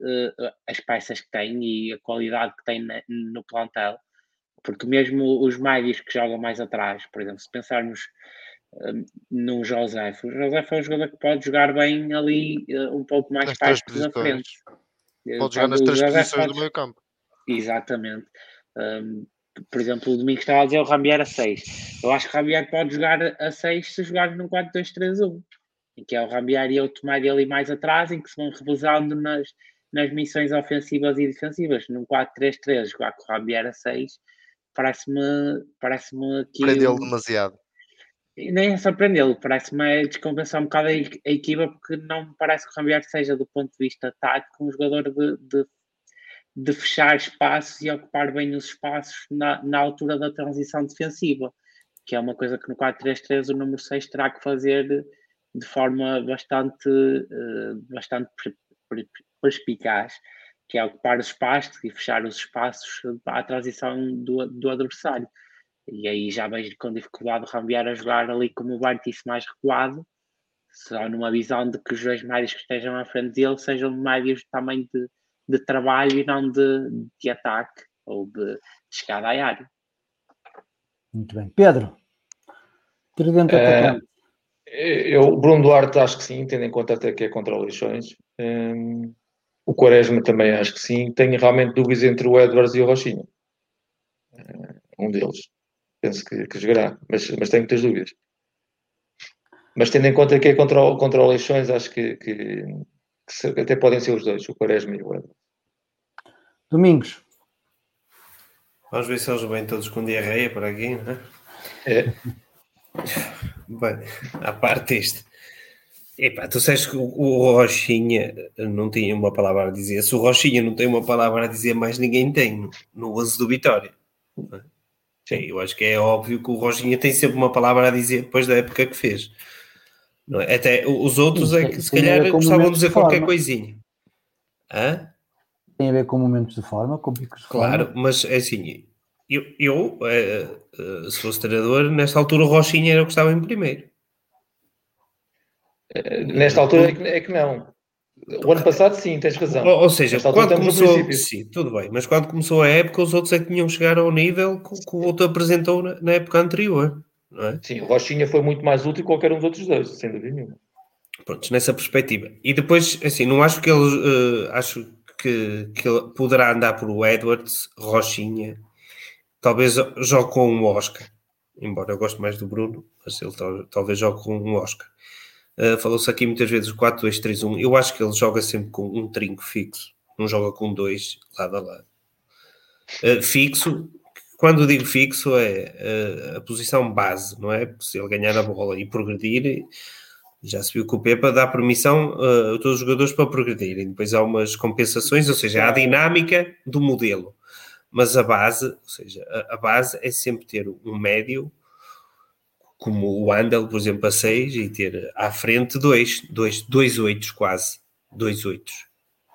as peças que tem e a qualidade que tem no plantel, porque mesmo os médios que jogam mais atrás, por exemplo, se pensarmos num José. O José é um jogador que pode jogar bem ali um pouco mais nas perto da frente. Pode jogar nas três posições do meio campo. Exatamente. Por exemplo, o Domingos estava a dizer o Rambier a 6. Eu acho que o Rambier pode jogar a 6 se jogar num 4-2-3-1. Em que é o Rambier e o Tomé ali mais atrás, em que se vão revezando nas missões ofensivas e defensivas. Num 4-3-3, jogar com o Rambier a 6 parece-me que... Prendê-lo demasiado. Nem é surpreendê-lo, parece-me descompensar um bocado a equipa, porque não me parece que o Rambier seja, do ponto de vista tático, um jogador de fechar espaços e ocupar bem os espaços na altura da transição defensiva, que é uma coisa que no 4-3-3 o número 6 terá que fazer de forma bastante perspicaz, que é ocupar os espaços e fechar os espaços à transição do adversário. E aí já vejo com dificuldade o Rambier a jogar ali como o vértice mais recuado, só numa visão de que os dois médios que estejam à frente dele sejam médios também de trabalho e não de ataque ou de chegada à área. Muito bem. Pedro? Tridente atacante. O Bruno Duarte acho que sim, tendo em conta até que é contra o Leixões. O Quaresma também acho que sim. Tenho realmente dúvidas entre o Edwards e o Rochinha. Um deles. Penso que jogará, mas tenho muitas dúvidas. Mas tendo em conta que é contra o Leixões, acho que até podem ser os dois, o Quaresma e o Edwards. Domingos. Vamos ver se eles vêm todos com diarreia para aqui, não é? É. Bem, à parte isto. Epá, tu sabes que o Rochinha não tinha uma palavra a dizer. Se o Rochinha não tem uma palavra a dizer, mais ninguém tem no 11 do Vitória. Sim, eu acho que é óbvio que o Rochinha tem sempre uma palavra a dizer depois da época que fez. Não é? Até os outros é que se calhar gostavam de dizer qualquer coisinha. Hã? Tem a ver com momentos de forma, com picos de forma. Claro, mas é assim, eu se fosse treinador, nesta altura o Rochinha era o que estava em primeiro. Nesta altura é que não. O ano passado sim, tens razão. Ou seja, quando começou, no sim, tudo bem, mas quando começou a época, os outros é que tinham que chegar ao nível que o outro apresentou na época anterior, não é? Sim, o Rochinha foi muito mais útil que qualquer um dos outros dois, sem dúvida nenhuma. Pronto, nessa perspectiva. E depois, assim, não acho que ele, acho que ele poderá andar por o Edwards, Rochinha, talvez jogue com um Oscar, embora eu goste mais do Bruno, mas ele talvez jogue com um Oscar. Falou-se aqui muitas vezes o 4-2-3-1. Eu acho que ele joga sempre com um trinco fixo, não joga com dois lado a lado. Fixo, quando digo fixo, é a posição base, não é? Porque se ele ganhar a bola e progredir, já se viu que o Pepa dá permissão a todos os jogadores para progredirem. Depois há umas compensações, ou seja, há a dinâmica do modelo. Mas a base, ou seja, a base é sempre ter um médio, como o Andel, por exemplo, a 6, e ter à frente dois oitos quase. 2 oitos.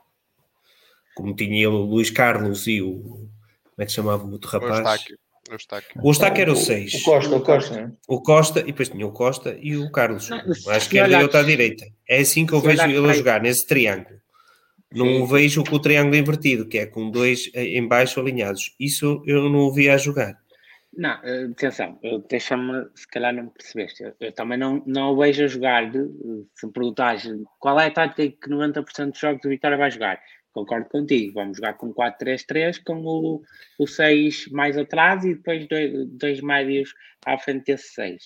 Como tinha ele o Luís Carlos e o... Como é que chamava o outro rapaz? O Eustáquio era o 6. O Costa, né? O Costa, e depois tinha o Costa e o Carlos. À esquerda e outro à direita. É assim que eu vejo ele a jogar, nesse triângulo. Não vejo com o triângulo invertido, que é com dois em baixo alinhados. Isso eu não o via a jogar. Não, atenção, deixa-me, se calhar não me percebeste. Eu também não o vejo a jogar. Se me perguntares qual é a tática que 90% dos jogos do Vitória vai jogar, concordo contigo. Vamos jogar com 4-3-3, com o 6 mais atrás e depois dois médios à frente desse 6.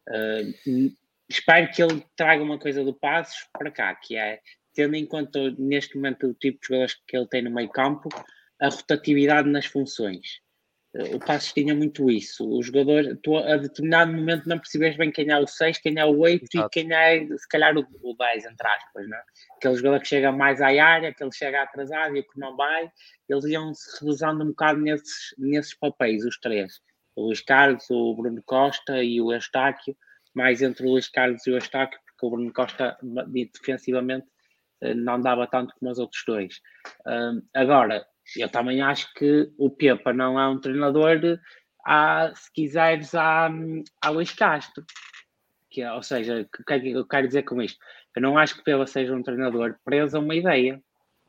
Espero que ele traga uma coisa do Passos para cá, que é, tendo em conta neste momento o tipo de jogadores que ele tem no meio campo, a rotatividade nas funções. O Passos tinha muito isso. Os jogadores, tu a determinado momento não percebes bem quem é o 6, quem é o 8 e quem é, se calhar, o 10, entre aspas, não é? Aquele jogador que chega mais à área, que ele chega atrasado e o que não vai, eles iam-se reduzindo um bocado nesses papéis, os três. O Luís Carlos, o Bruno Costa e o Eustáquio, mais entre o Luís Carlos e o Eustáquio, porque o Bruno Costa, defensivamente, não dava tanto como os outros dois. Agora, eu também acho que o Pepa não é um treinador, se quiseres, a Luís Castro. Ou seja, o que é que eu quero dizer com isto? Eu não acho que o Pepa seja um treinador preso a uma ideia.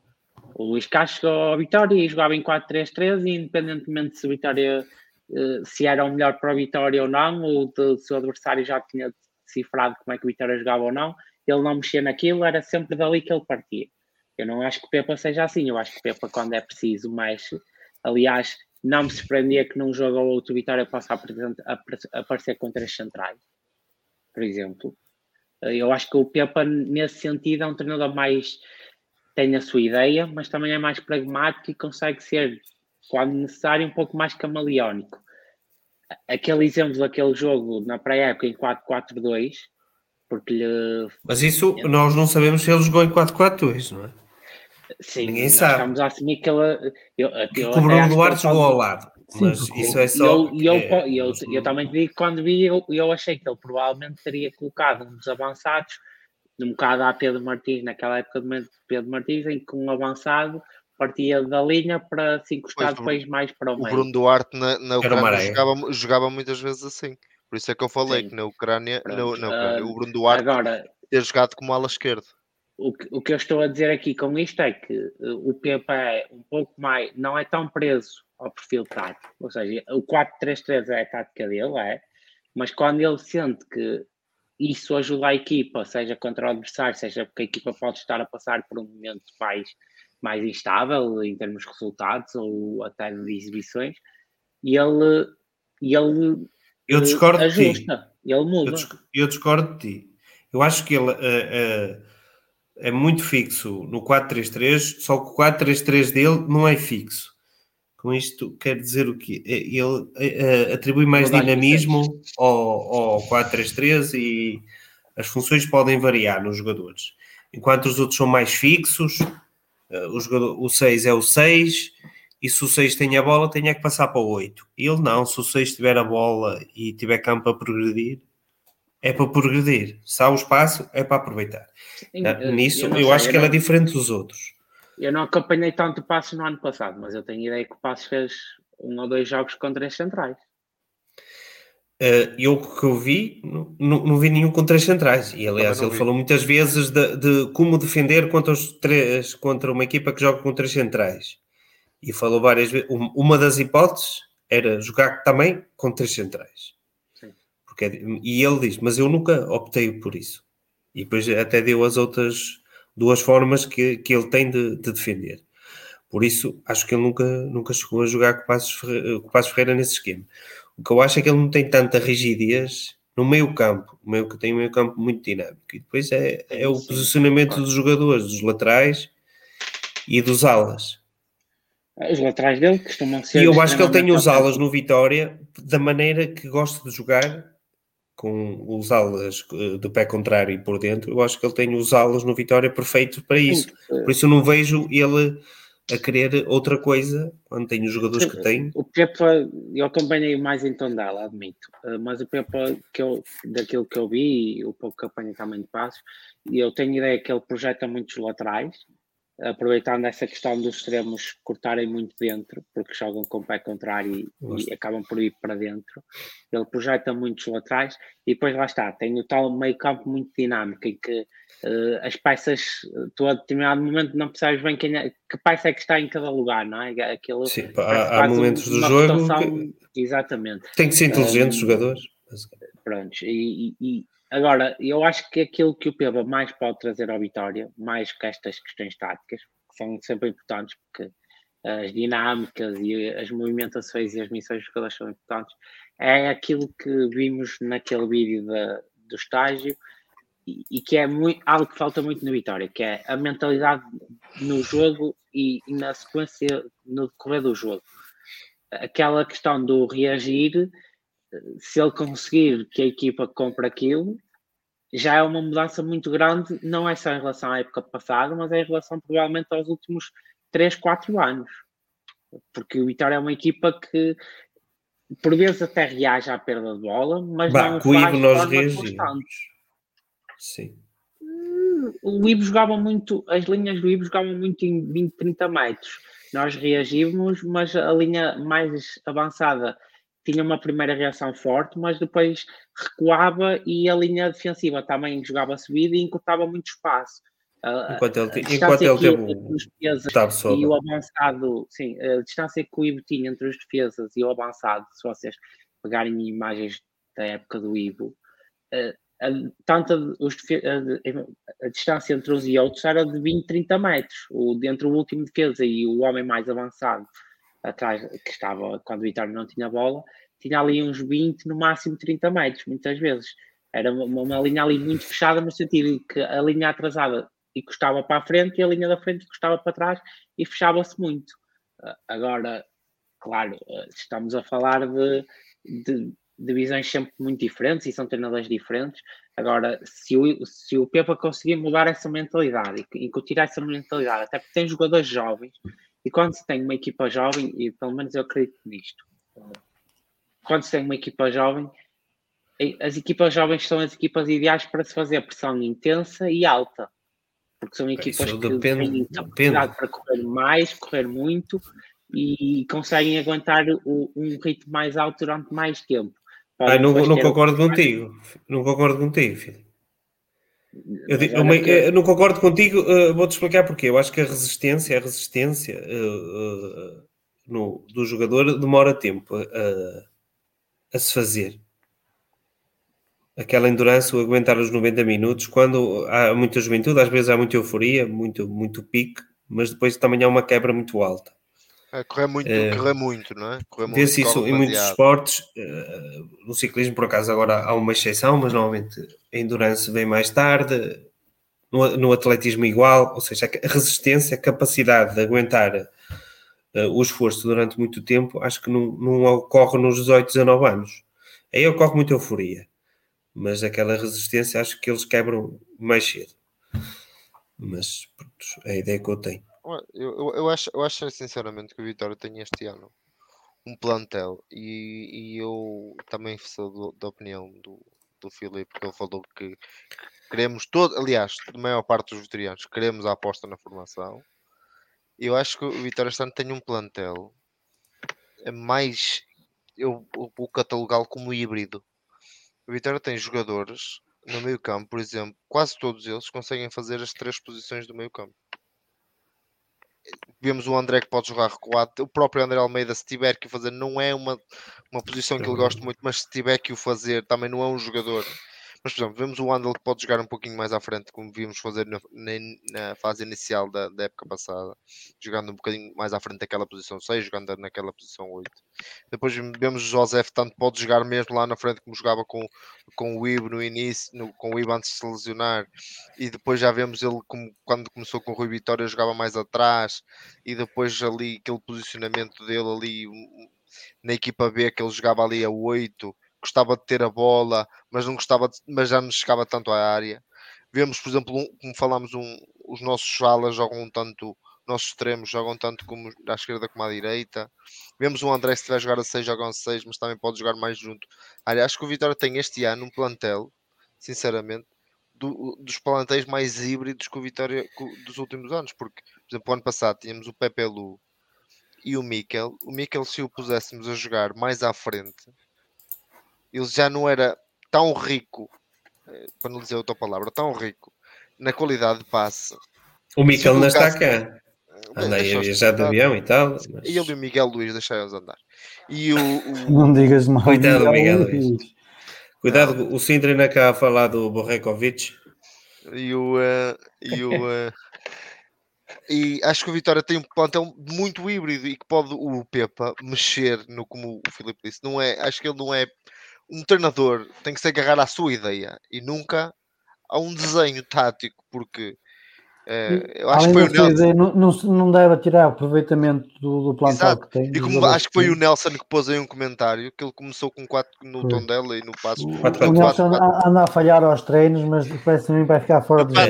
O Luís Castro chegou ao Vitória e jogava em 4-3-3 e independentemente se o Vitória se era o melhor para o Vitória ou não, ou se o adversário já tinha decifrado como é que o Vitória jogava ou não, ele não mexia naquilo, era sempre dali que ele partia. Eu não acho que o Pepa seja assim. Eu acho que o Pepa, quando é preciso, mexe. Aliás, não me surpreendia que num jogo ou outro Vitória possa aparecer com 3 centrais, por exemplo. Eu acho que o Pepa, nesse sentido, é um treinador mais... tem a sua ideia, mas também é mais pragmático e consegue ser, quando necessário, um pouco mais camaleónico. Aquele exemplo daquele jogo na pré-época em 4-4-2, porque Mas isso nós não sabemos se ele jogou em 4-4-2, não é? Sim, ninguém nós sabe. Estamos a assumir que ele... que o Bruno Duarte jogou ao lado. Sim, mas isso é só... Eu também te digo que quando vi, eu achei que ele provavelmente teria colocado um dos avançados, um bocado a Pedro Martins, naquela época de Pedro Martins, em que um avançado partia da linha para se encostar depois mais para o meio. O Bruno Duarte na Ucrânia jogava muitas vezes assim. Por isso é que eu falei que na Ucrânia, o Bruno Duarte ter jogado como ala esquerda. O que eu estou a dizer aqui com isto é que o Pepa é um pouco mais, não é tão preso ao perfil tático, ou seja, o 4-3-3 é a tática dele, mas quando ele sente que isso ajuda a equipa, seja contra o adversário, seja porque a equipa pode estar a passar por um momento mais instável em termos de resultados ou até de exibições, e ele Eu discordo de ti. ajusta, ele muda. Eu discordo de ti. Eu acho que ele é muito fixo no 4-3-3, só que o 4-3-3 dele não é fixo. Com isto quer dizer o quê? Ele atribui mais dinamismo ao 4-3-3 e as funções podem variar nos jogadores. Enquanto os outros são mais fixos, o 6 é o 6, e se o 6 tem a bola, tem que passar para o 8. Ele não, se o 6 tiver a bola e tiver campo para progredir, é para progredir. Se há o espaço, é para aproveitar. Nisso, eu acho que ele é diferente dos outros. Eu não acompanhei tanto o Passos no ano passado, mas eu tenho ideia que o Passos fez 1 ou 2 jogos com 3 centrais. Eu que eu vi, não vi nenhum com 3 centrais. E aliás, ele falou muitas vezes de como defender contra uma equipa que joga com 3 centrais. E falou várias vezes. Uma das hipóteses era jogar também com 3 centrais. Sim. E ele diz, mas eu nunca optei por isso. E depois até deu as outras 2 formas que ele tem de defender. Por isso, acho que ele nunca chegou a jogar com o Passos Ferreira nesse esquema. O que eu acho é que ele não tem tanta rigidez no meio campo. Que tem um meio campo muito dinâmico. E depois é o posicionamento dos jogadores, dos laterais e dos alas. Os laterais dele costumam ser... E eu acho que ele tem os alas no Vitória da maneira que gosta de jogar, com os alas do pé contrário e por dentro. Eu acho que ele tem os alas no Vitória perfeito para isso. Por isso eu não vejo ele a querer outra coisa quando tem os jogadores que tem. O Pepa, eu acompanhei mais em Tondela, admito, mas o Pepa, daquilo que eu vi e o pouco que apanhei também de Passos, e eu tenho ideia que ele projeta muitos laterais, aproveitando essa questão dos extremos cortarem muito dentro, porque jogam com o pé contrário e acabam por ir para dentro. Ele projeta muitos laterais e depois lá está, tem o tal meio campo muito dinâmico em que as peças, tu a determinado momento não percebes bem que peça é que está em cada lugar, não é? Aquilo, sim, há momentos do jogo que... Exatamente. Tem que ser inteligentes os jogadores. Pronto, e agora, eu acho que aquilo que o Peba mais pode trazer ao Vitória, mais que estas questões táticas, que são sempre importantes, porque as dinâmicas e as movimentações e as missões dos jogadores são importantes, é aquilo que vimos naquele vídeo do estágio e que é algo que falta muito no Vitória, que é a mentalidade no jogo e na sequência, no decorrer do jogo. Aquela questão do reagir, se ele conseguir que a equipa compre aquilo, já é uma mudança muito grande, não é só em relação à época passada, mas é em relação provavelmente aos últimos 3, 4 anos. Porque o Vitória é uma equipa que por vezes até reage à perda de bola, mas não faz de forma constante. Sim. O Ivo jogava muito, as linhas do Ivo jogavam muito em 20, 30 metros. Nós reagimos, mas a linha mais avançada tinha uma primeira reação forte, mas depois recuava e a linha defensiva também jogava subida e encurtava muito espaço. Enquanto ele teve os defesas e o avançado, sim, a distância que o Ivo tinha entre os defesas e o avançado, se vocês pegarem imagens da época do Ivo, a distância entre uns e outros era de 20, 30 metros. Entre o último defesa e o homem mais avançado atrás, que estava quando o Vitória não tinha bola, tinha ali uns 20, no máximo 30 metros, muitas vezes. Era uma linha ali muito fechada, no sentido que a linha atrasada encostava para a frente e a linha da frente encostava para trás e fechava-se muito. Agora, claro, estamos a falar de visões sempre muito diferentes e são treinadores diferentes. Agora, se o Pepa conseguir mudar essa mentalidade e incutir essa mentalidade, até porque tem jogadores jovens, e quando se tem uma equipa jovem, e pelo menos eu acredito nisto, quando se tem uma equipa jovem, as equipas jovens são as equipas ideais para se fazer pressão intensa e alta, porque são equipas que têm capacidade para correr mais, correr muito e conseguem aguentar um ritmo mais alto durante mais tempo. Não concordo contigo. Não concordo contigo, filho. Eu não concordo contigo, vou-te explicar porquê. Eu acho que a resistência do jogador demora tempo a se fazer. aquela endurance, o aguentar os 90 minutos, quando há muita juventude, às vezes há muita euforia, muito pique, mas depois também há uma quebra muito alta. Correr muito, não é? Vê-se isso em muitos esportes. No ciclismo, por acaso, agora há uma exceção, mas normalmente a endurance vem mais tarde. No atletismo igual, ou seja, a resistência, a capacidade de aguentar o esforço durante muito tempo, acho que não ocorre nos 18, 19 anos. Aí ocorre muita euforia, mas aquela resistência acho que eles quebram mais cedo. Mas pronto, é a ideia que eu tenho. Eu acho sinceramente que o Vitória tem este ano um plantel e eu também sou da opinião do Filipe, que ele falou que queremos aliás, a maior parte dos vitorianos queremos a aposta na formação. Eu acho que o Vitória este ano tem um plantel mais, eu vou catalogá-lo como híbrido. O Vitória tem jogadores no meio campo, por exemplo, quase todos eles conseguem fazer as 3 posições do meio campo. Vemos o André que pode jogar recuado, o próprio André Almeida, se tiver que o fazer, não é uma posição que ele gosta muito, mas se tiver que o fazer, também não é um jogador. Mas, por exemplo, vemos o Andel que pode jogar um pouquinho mais à frente, como vimos fazer na fase inicial da época passada, jogando um bocadinho mais à frente daquela posição 6, jogando naquela posição 8. Depois vemos o José, tanto pode jogar mesmo lá na frente, como jogava com o Ibo no início, com o Ibo antes de se lesionar, e depois já vemos ele, quando começou com o Rui Vitória, jogava mais atrás, e depois ali, aquele posicionamento dele ali na equipa B, que ele jogava ali a 8, gostava de ter a bola, mas não gostava mas já não chegava tanto à área. Vemos, por exemplo, como falámos, os nossos alas jogam tanto, nossos extremos jogam tanto como à esquerda como à direita. Vemos o André, se estiver a jogar a 6, jogam a 6, mas também pode jogar mais junto. Acho que o Vitória tem este ano um plantel, sinceramente, dos plantéis mais híbridos que o Vitória dos últimos anos, porque, por exemplo, o ano passado tínhamos o Pepe Lu e o Mikel. O Mikel, se o puséssemos a jogar mais à frente, ele já não era tão rico, para não dizer outra palavra, tão rico na qualidade de passe. O Mikel não está cá. Anda aí a viajar de avião e tal. Mas... E ele e o Miguel Luís deixaram-os andar. E Não digas mal. Coitado do Miguel Luís. Cuidado, não. O Sintra ainda cá a falar do Borrekovic. E acho que o Vitória tem um plantel muito híbrido e que pode o Pepa mexer no, como o Filipe disse. Não é, acho que ele não é um treinador, tem que se agarrar à sua ideia e nunca a um desenho tático, porque eu acho que foi o Nelson. Não deve tirar aproveitamento do plantel que tem. E como acho que foi o Nelson que pôs aí um comentário que ele começou com 4 no Tondela e no passo. O Nelson anda a falhar aos treinos, mas parece-me vai ficar fora do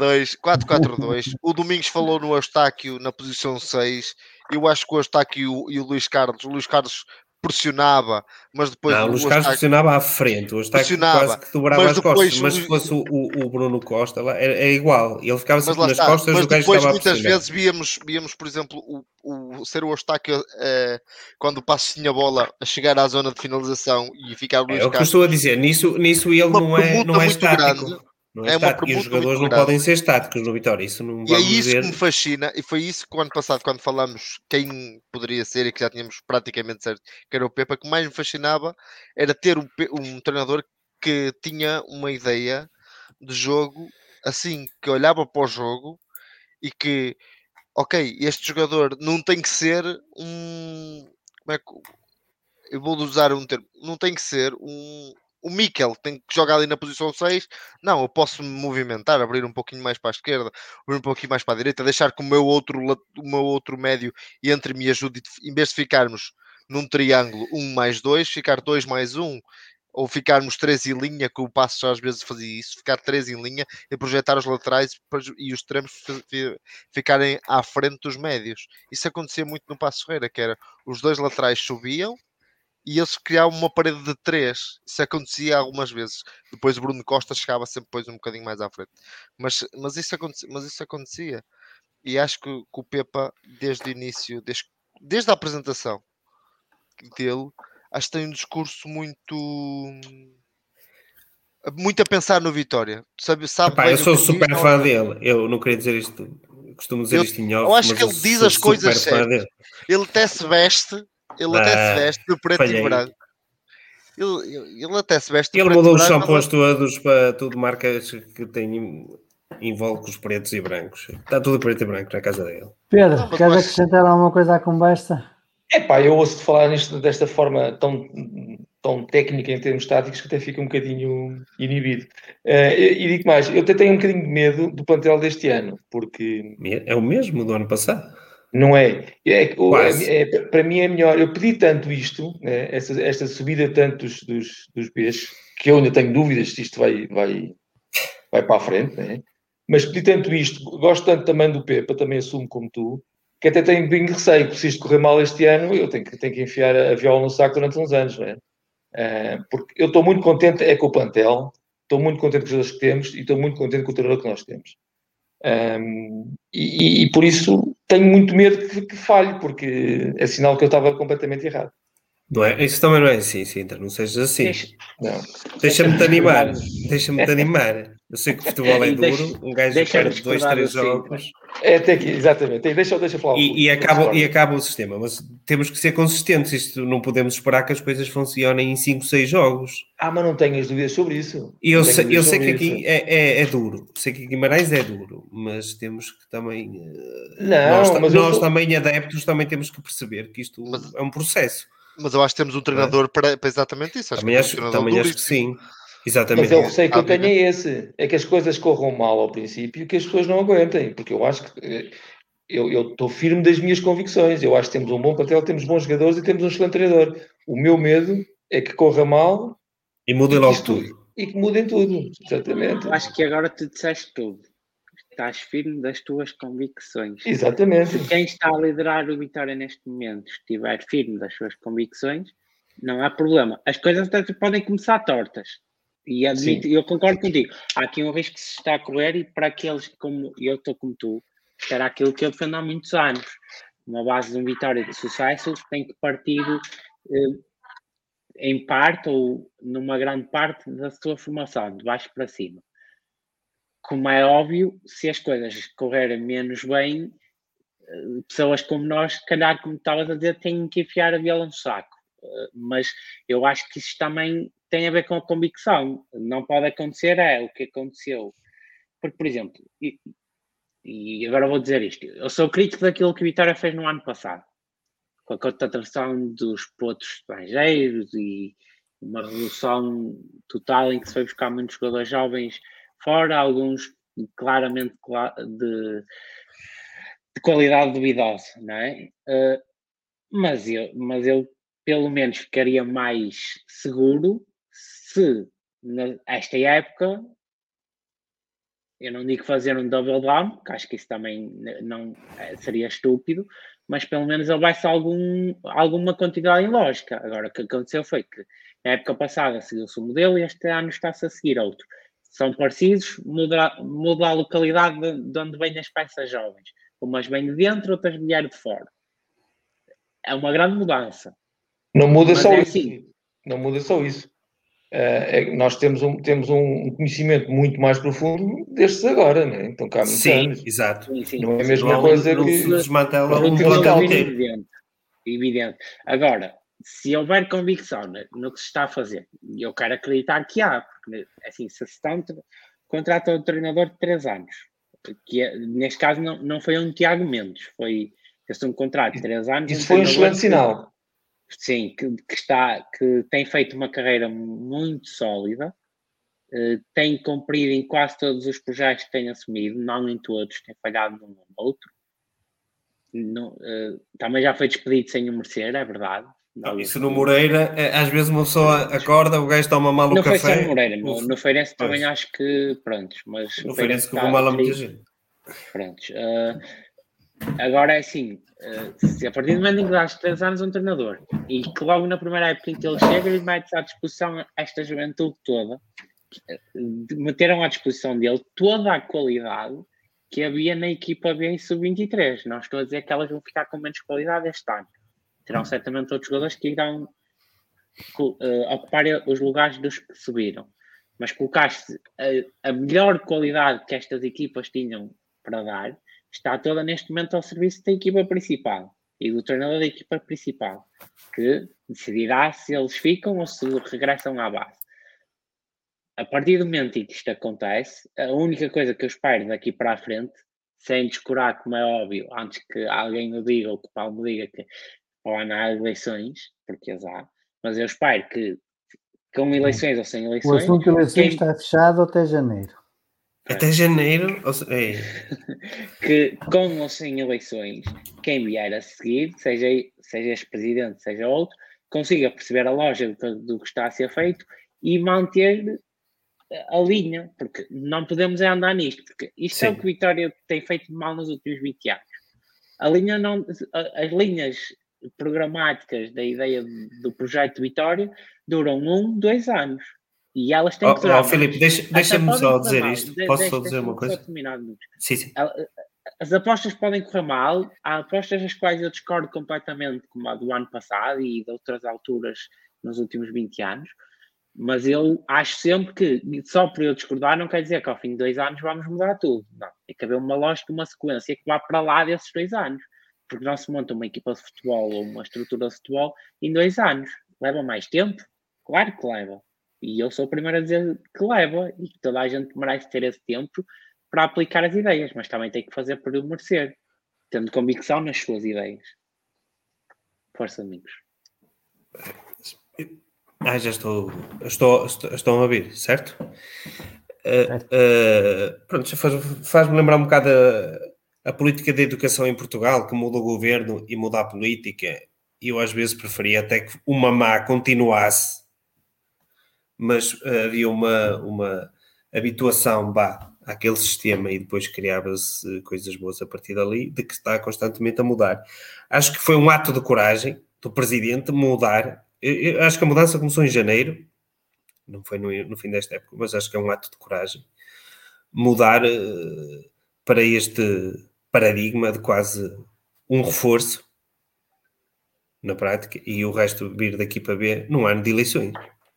4-4-2. O Domingos falou no Eustáquio na posição 6. Eu acho que o Eustáquio e o Luís Carlos pressionava, mas depois não, o Luís Carlos pressionava à frente, o Eustáquio quase que dobrava as costas, mas se fosse o Bruno Costa é igual, ele ficava sempre nas costas, mas o gajo depois estava muitas vezes víamos, por exemplo, ser o Eustáquio quando o passo tinha a bola a chegar à zona de finalização e ficar o Luís Carlos. É o que eu estou a dizer, nisso ele não é estático. Grande. Não é e os jogadores não podem ser estáticos no Vitória, isso não vamos E é isso ver. Que me fascina, e foi isso que o ano passado, quando falamos quem poderia ser e que já tínhamos praticamente certo que era o Pepa, que mais me fascinava era ter um treinador que tinha uma ideia de jogo, assim, que olhava para o jogo e que, ok, este jogador não tem que ser como é que eu vou usar um termo, não tem que ser o Mikel tem que jogar ali na posição 6. Não, eu posso me movimentar, abrir um pouquinho mais para a esquerda, abrir um pouquinho mais para a direita, deixar que o meu outro médio entre me ajude, em vez de ficarmos num triângulo 1+2, ficar 2+1, ou ficarmos 3 em linha, que o Passo já às vezes fazia isso, ficar 3 em linha e projetar os laterais e os extremos ficarem à frente dos médios. Isso acontecia muito no Passo Ferreira, que era os 2 laterais subiam e eles criavam uma parede de 3. Isso acontecia algumas vezes. Depois o Bruno Costa chegava sempre depois um bocadinho mais à frente. Mas isso acontecia. E acho que o Pepa, desde o início, desde a apresentação dele, acho que tem um discurso muito a pensar no Vitória. Sabe Epá, eu sou super fã dele. Eu não queria dizer isto. Costumo dizer isto em off. Eu acho que ele diz as coisas certas. Ele até se veste. De preto e branco. Ele até se veste. Ele mudou os shampoos todos para tudo marcas que têm invólucros pretos e brancos. Está tudo preto e branco na casa dele. Pedro, queres acrescentar alguma coisa à conversa? Eu ouço-te falar nisto desta forma tão técnica em termos táticos que até fica um bocadinho inibido. E digo mais, eu até tenho um bocadinho de medo do plantel deste ano, porque... É o mesmo do ano passado? Não é? Para mim é melhor. Eu pedi tanto isto, né, esta subida tanto dos Bs, que eu ainda tenho dúvidas se isto vai para a frente, né? Mas pedi tanto isto, gosto tanto também do Pepa, também assumo como tu, que até tenho bem receio que se isto correr mal este ano, eu tenho que enfiar a viola no saco durante uns anos, não é? Porque eu estou muito contente com o plantel, estou muito contente com os jogadores que temos e estou muito contente com o treinador que nós temos. E por isso tenho muito medo que falhe, porque é sinal que eu estava completamente errado. Não é? Isso também não é assim, Sintra, não sejas assim. Deixa-me-te animar. Eu sei que o futebol é duro, um gajo perde 2, 3 jogos. Até aqui, exatamente. Deixa falar. E acaba o sistema, mas temos que ser consistentes. Isto não podemos esperar que as coisas funcionem em 5, 6 jogos. Mas não tenhas dúvidas sobre isso. Eu sei que aqui é duro. Sei que Guimarães é duro, mas temos que também... Nós também, adeptos, também temos que perceber que isto é um processo. Mas eu acho que temos um treinador para exatamente isso. Também acho que sim. Exatamente. Mas eu sei que eu tenho é que as coisas corram mal ao princípio e que as pessoas não aguentem, porque eu acho que eu estou firme das minhas convicções. Eu acho que temos um bom plantel, temos bons jogadores e temos um excelente treinador. O meu medo é que corra mal e mudem logo tudo. E que mudem tudo, exatamente. Eu acho que agora tu disseste tudo. Estás firme das tuas convicções. Exatamente. Se quem está a liderar o Vitória neste momento estiver firme das suas convicções, não há problema. As coisas até podem começar tortas. E eu concordo contigo. Há aqui um risco que se está a correr e para aqueles como eu estou como tu, era aquilo que eu defendo há muitos anos. Uma base de um Vitória de sucesso tem que partir em parte ou numa grande parte da sua formação, de baixo para cima. Como é óbvio, se as coisas correrem menos bem, pessoas como nós, se calhar, como estavas a dizer, têm que enfiar a viola no saco. Mas eu acho que isso também tem a ver com a convicção. Não pode acontecer o que aconteceu. Porque, por exemplo, e agora vou dizer isto, eu sou crítico daquilo que o Vitória fez no ano passado, com a contratação dos potos estrangeiros e uma revolução total em que se foi buscar muitos jogadores jovens fora, alguns claramente de qualidade duvidosa, não é? Mas eu pelo menos ficaria mais seguro se nesta época, eu não digo fazer um double down, que acho que isso também não seria estúpido, mas pelo menos houvesse alguma continuidade em lógica. Agora, o que aconteceu foi que na época passada seguiu-se o modelo e este ano está-se a seguir outro. São parecidos, muda a localidade de onde vêm as peças jovens. Umas vêm de dentro, outras vieram de fora. É uma grande mudança. Não muda só isso. Assim. Não muda só isso. Nós temos um conhecimento muito mais profundo destes agora, né? Então cá há muitos anos. Exato. Sim. Não é a mesma coisa que... desmantela um plantel evidente. Agora, se houver convicção no que se está a fazer, e eu quero acreditar que há, porque assim, se estão contrata um treinador de 3 anos, que neste caso não foi um Tiago Mendes, foi um contrato de 3 anos. Isso foi um excelente sinal. Sim, que tem feito uma carreira muito sólida, tem cumprido em quase todos os projetos que tem assumido, não em todos, tem falhado num ou outro. Também já foi despedido sem o merecer, é verdade. Isso no Moreira, às vezes uma pessoa acorda, o gajo toma mal o café. Não foi só no Moreira, no Feirense também acho que, prontos, mas no Feirense correu mal a muita gente. Prontos. Agora é assim, se a partir do momento em que dás 3 anos a um treinador e que logo na primeira época em que ele chega, ele mete à disposição esta juventude toda, meteram à disposição dele toda a qualidade que havia na equipa B e sub-23. Não estou a dizer que elas vão ficar com menos qualidade este ano. Terão certamente outros jogadores que irão ocupar os lugares dos que subiram. Mas colocaste a melhor qualidade que estas equipas tinham para dar, está toda neste momento ao serviço da equipa principal. e do treinador da equipa principal, que decidirá se eles ficam ou se regressam à base. A partir do momento em que isto acontece, a única coisa que eu espero daqui para a frente, sem descurar, como é óbvio, antes que alguém me diga ou que o Paulo me diga que ou não há eleições, porque as há, mas eu espero que com eleições ou sem O eleições, assunto de eleições está fechado até janeiro. Até janeiro. Que com ou sem eleições, quem vier a seguir, seja este presidente, seja outro, consiga perceber a lógica do que está a ser feito e manter a linha, porque não podemos andar nisto, porque isto é o que Vitória tem feito de mal nos últimos 20 anos. As linhas programáticas da ideia do projeto Vitória duram 2 anos. E elas têm que durar. Filipe, deixa-me só dizer isto. Posso só dizer uma coisa? Sim. As apostas podem correr mal. Há apostas das quais eu discordo completamente, como a do ano passado e de outras alturas nos últimos 20 anos. Mas eu acho sempre que só por eu discordar não quer dizer que ao fim de 2 anos vamos mudar tudo. Não. Tem que haver uma lógica, uma sequência que vá para lá desses 2 anos. Porque não se monta uma equipa de futebol ou uma estrutura de futebol em 2 anos. Leva mais tempo? Claro que leva. E eu sou o primeiro a dizer que leva e que toda a gente merece ter esse tempo para aplicar as ideias, mas também tem que fazer por merecer, tendo convicção nas suas ideias. Força, amigos. Já estou a ouvir, certo? Pronto, faz-me lembrar um bocado a política da educação em Portugal, que muda o governo e muda a política, e eu às vezes preferia até que uma má continuasse, mas havia uma habituação àquele sistema e depois criava-se coisas boas a partir dali, de que está constantemente a mudar. Acho que foi um ato de coragem do presidente mudar. Eu acho que a mudança começou em janeiro, não foi no fim desta época, mas acho que é um ato de coragem mudar para este paradigma de quase um reforço na prática e o resto vir daqui para B num ano de eleições.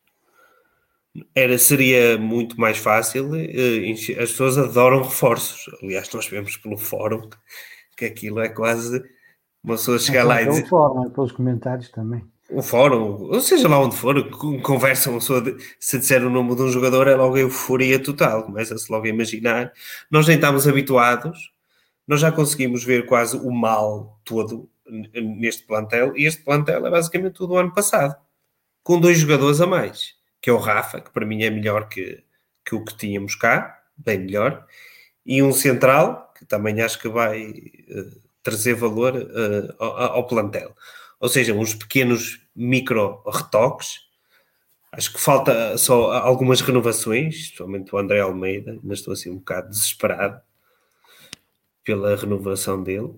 Seria muito mais fácil, as pessoas adoram reforços. Aliás, nós vemos pelo fórum que aquilo é quase uma pessoa chegar lá e dizer... Pelo fórum, pelos comentários também. O fórum, ou seja lá onde for, conversam, se disser o nome de um jogador é logo euforia total, começa-se logo a imaginar. Nós nem estamos habituados, nós já conseguimos ver quase o mal todo neste plantel, e este plantel é basicamente tudo do ano passado, com 2 jogadores a mais, que é o Rafa, que para mim é melhor que o que tínhamos cá, bem melhor, e um central, que também acho que vai trazer valor ao plantel. Ou seja, uns pequenos micro retoques. Acho que falta só algumas renovações, especialmente o André Almeida. Ainda estou assim um bocado desesperado pela renovação dele.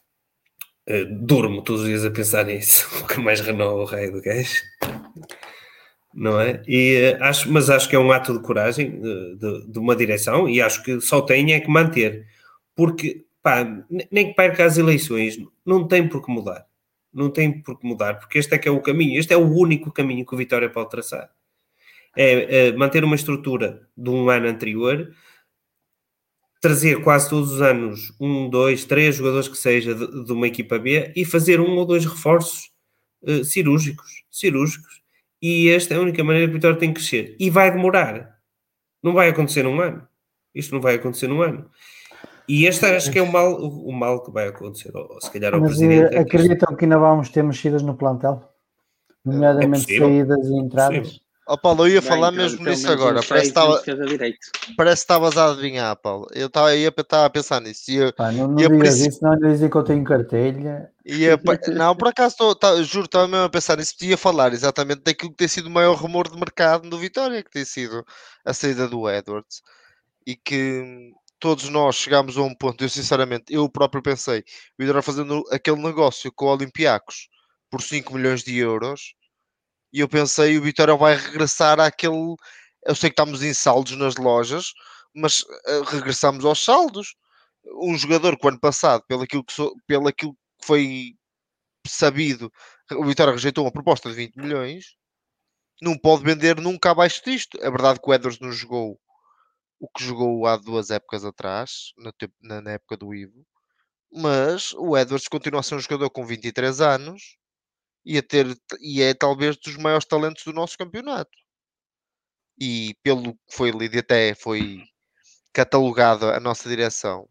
Durmo todos os dias a pensar nisso. Nunca mais renova o raio do gajo. Não é? Mas acho que é um ato de coragem de uma direção e acho que só tem é que manter. Porque, nem que perca as eleições, não tem por que mudar. Não tem por que mudar, porque este é que é o caminho. Este é o único caminho que o Vitória pode traçar. É manter uma estrutura de um ano anterior, trazer quase todos os anos 1, 2, 3 jogadores que seja de uma equipa B e fazer 1 ou 2 reforços cirúrgicos. E esta é a única maneira que o Vitória tem que crescer. E vai demorar. Não vai acontecer num ano. Isto não vai acontecer num ano. E este acho que é o mal que vai acontecer, ou se calhar ao presidente. Acreditam que ainda vamos ter mexidas no plantel? Nomeadamente saídas e entradas? Paulo, eu ia falar mesmo nisso agora. Parece que estavas a adivinhar, Paulo. Eu estava a pensar nisso. Não digas isso, não dizer que eu tenho cartelha. Não, por acaso, juro, estava mesmo a pensar nisso. Ia falar exatamente daquilo que tem sido o maior rumor de mercado do Vitória, que tem sido a saída do Edwards. E que todos nós chegámos a um ponto, eu próprio pensei, o Vitória fazendo aquele negócio com o Olympiacos por 5 milhões de euros, e eu pensei, o Vitória vai regressar àquele... Eu sei que estamos em saldos nas lojas, mas regressamos aos saldos. Um jogador que o ano passado, pelo aquilo que foi sabido, o Vitória rejeitou uma proposta de 20 milhões, não pode vender nunca abaixo disto. É verdade que o Edwards não jogou o que jogou há 2 épocas atrás, na época do Ivo, mas o Edwards continua a ser um jogador com 23 anos e é talvez dos maiores talentos do nosso campeonato. E pelo que foi lido e até foi catalogado a nossa direção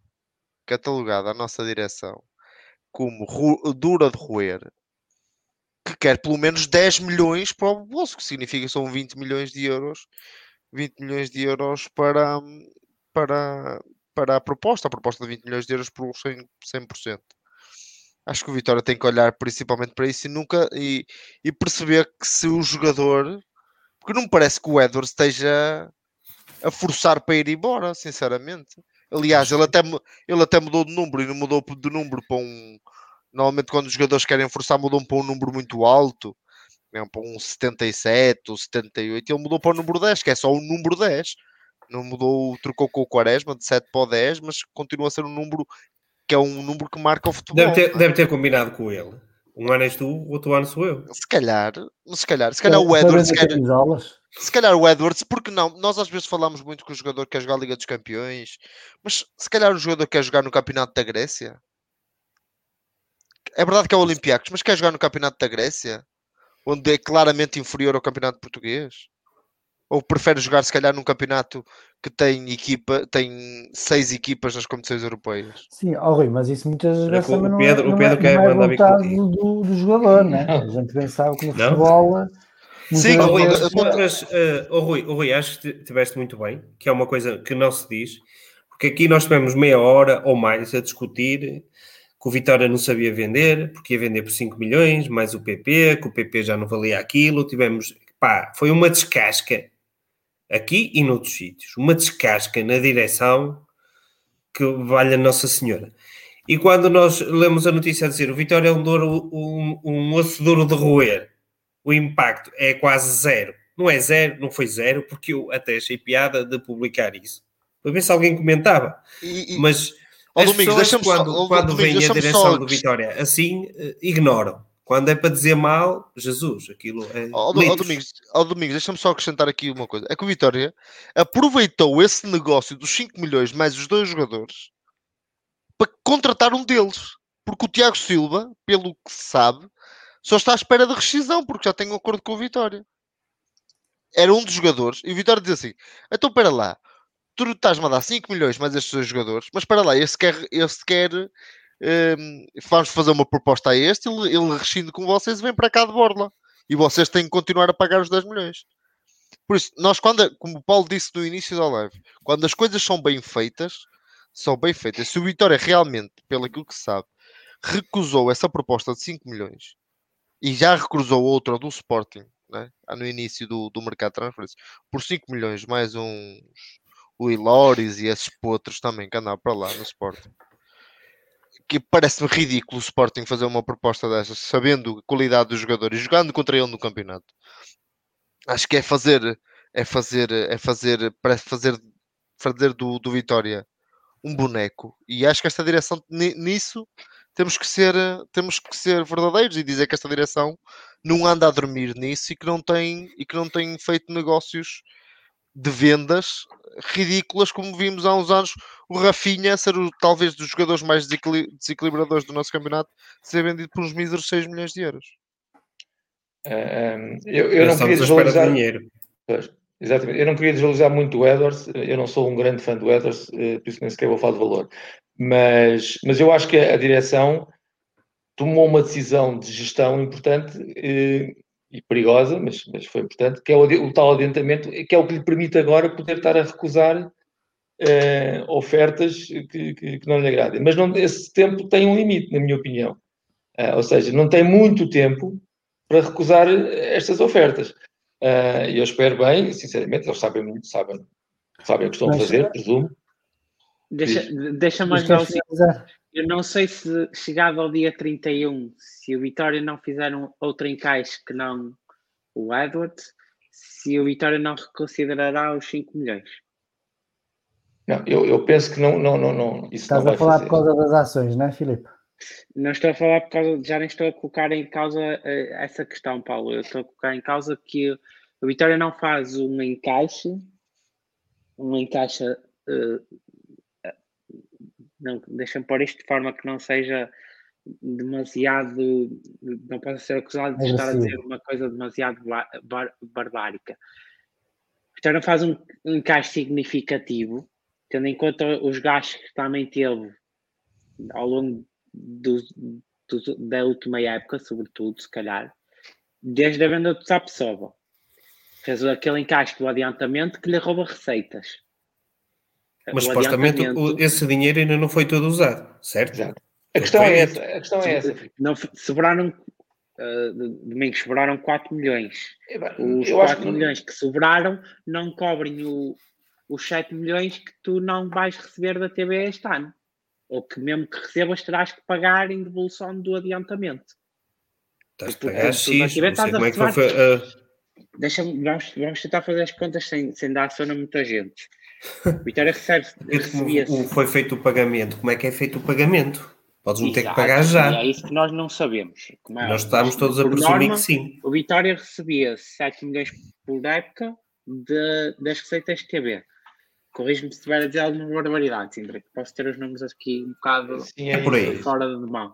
como dura de roer, que quer pelo menos 10 milhões para o bolso, que significa que são 20 milhões de euros para a proposta de 20 milhões de euros por 100%. Acho que o Vitória tem que olhar principalmente para isso e perceber que se o jogador, porque não me parece que o Edwards esteja a forçar para ir embora, sinceramente. Aliás, ele até mudou de número e não mudou de número para um. Normalmente, quando os jogadores querem forçar, mudam para um número muito alto, para um 77 ou 78. Ele mudou para o número 10, que é só o número 10. Não mudou, trocou com o Quaresma de 7 para o 10, mas continua a ser um número que é um número que marca o futebol. Deve ter combinado com ele. Um ano és tu, o outro ano sou eu. Se calhar o Edwards se calhar o Edwards, porque não? Nós às vezes falamos muito que o jogador quer jogar a Liga dos Campeões, mas se calhar o jogador quer jogar no Campeonato da Grécia. É verdade que é o Olympiacos, mas quer jogar no Campeonato da Grécia, onde é claramente inferior ao Campeonato Português? Ou prefere jogar se calhar num campeonato que tem 6 equipas nas competições europeias? Sim, Rui, mas isso muitas vezes O não Pedro é quer mandar bem vontade contigo. do jogador, né? A gente bem sabe que no futebol... Sim, Rui, acho que tiveste muito bem, que é uma coisa que não se diz, porque aqui nós tivemos meia hora ou mais a discutir que o Vitória não sabia vender, porque ia vender por 5 milhões, mais o PP, que o PP já não valia aquilo, foi uma descasca aqui e noutros sítios, uma descasca na direção que vale a Nossa Senhora. E quando nós lemos a notícia a dizer o Vitória é um osso duro de roer, o impacto é quase zero. Não é zero, não foi zero, porque eu até achei piada de publicar isso. Para ver se alguém comentava. Mas as pessoas, quando vem a direção do Vitória assim, ignoram. Quando é para dizer mal, Jesus, aquilo é... Domingos, deixa-me só acrescentar aqui uma coisa. É que o Vitória aproveitou esse negócio dos 5 milhões mais os 2 jogadores para contratar um deles. Porque o Tiago Silva, pelo que se sabe, só está à espera de rescisão, porque já tem um acordo com o Vitória. Era um dos jogadores. E o Vitória diz assim, então espera lá, tu estás-me a dar 5 milhões mais estes 2 jogadores, mas espera lá, esse quer vamos fazer uma proposta a este, ele rescinde com vocês e vem para cá de borla. E vocês têm que continuar a pagar os 10 milhões. Por isso, nós como o Paulo disse no início da live, quando as coisas são bem feitas, se o Vitória realmente, pelo aquilo que se sabe, recusou essa proposta de 5 milhões e já recusou outra do Sporting, né, no início do mercado de transferência, por 5 milhões, mais o Iloris e esses potros também que andavam para lá no Sporting. Que parece-me ridículo o Sporting fazer uma proposta dessas, sabendo a qualidade dos jogadores e jogando contra ele no campeonato. Acho que é fazer do Vitória um boneco. E acho que esta direção, nisso, temos que ser verdadeiros e dizer que esta direção não anda a dormir nisso e que não tem feito negócios de vendas ridículas, como vimos há uns anos o Rafinha ser talvez dos jogadores mais desequilibradores do nosso campeonato, ser vendido por uns míseros 6 milhões de euros. Eu não queria desvalorizar dinheiro. Pois, exatamente, eu não queria desvalorizar muito o Edwards, eu não sou um grande fã do Edwards, por isso nem sequer vou falar de valor, mas eu acho que a direção tomou uma decisão de gestão importante e perigosa, mas foi importante, que é o tal adiantamento, que é o que lhe permite agora poder estar a recusar ofertas que não lhe agradem. Mas esse tempo tem um limite, na minha opinião. Ou seja, não tem muito tempo para recusar estas ofertas. Eu espero bem, sinceramente, eles sabem muito, sabem o que estão a fazer, presumo. Deixa-me ajudar o seguinte. Eu não sei se chegado ao dia 31, se o Vitória não fizer outro encaixe que não o Edwards, se o Vitória não reconsiderará os 5 milhões. Não, eu penso que não. Isso Estás não vai a falar fazer. por causa das ações, não é, Filipe? Não estou a falar por causa, já nem estou a colocar em causa essa questão, Paulo. Eu estou a colocar em causa que o Vitória não faz um encaixe deixa-me pôr isto de forma que não seja demasiado, não possa ser acusado de estar a dizer uma coisa demasiado barbárica. Vitória faz um encaixe significativo, tendo em conta os gastos que também teve ao longo da última época, sobretudo, se calhar, desde a venda do Sapsova. Fez aquele encaixe do adiantamento que lhe rouba receitas. Mas supostamente esse dinheiro ainda não foi todo usado, certo? Exato. A questão é essa. Não, sobraram, Domingos, sobraram 4 milhões. Os 4 milhões que sobraram não cobrem os 7 milhões que tu não vais receber da TV este ano. Ou que mesmo que recebas terás que pagar em devolução do adiantamento. Estás a pagar X, não sei como é que foi... Vamos tentar fazer as contas sem dar sono a muita gente. Vitória recebia... Foi feito o pagamento. Como é que é feito o pagamento? Podes não ter que pagar já. já. É isso que nós não sabemos. Nós estamos todos a presumir que sim. O Vitória recebia 7 milhões por época das receitas de TV. Corrijo-me se estiver a dizer alguma barbaridade, Sindra, que posso ter os números aqui um bocado fora de mão.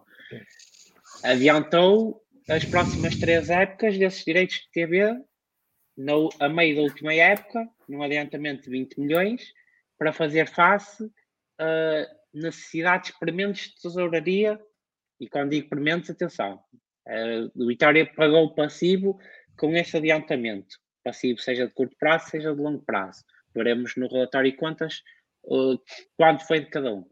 Adiantou as próximas 3 épocas desses direitos de TV a meio da última época, num adiantamento de 20 milhões, para fazer face a necessidades prementes de tesouraria. E quando digo prementes, atenção, o Vitória pagou o passivo com esse adiantamento. Passivo seja de curto prazo, seja de longo prazo. Veremos no relatório de contas quanto foi de cada um.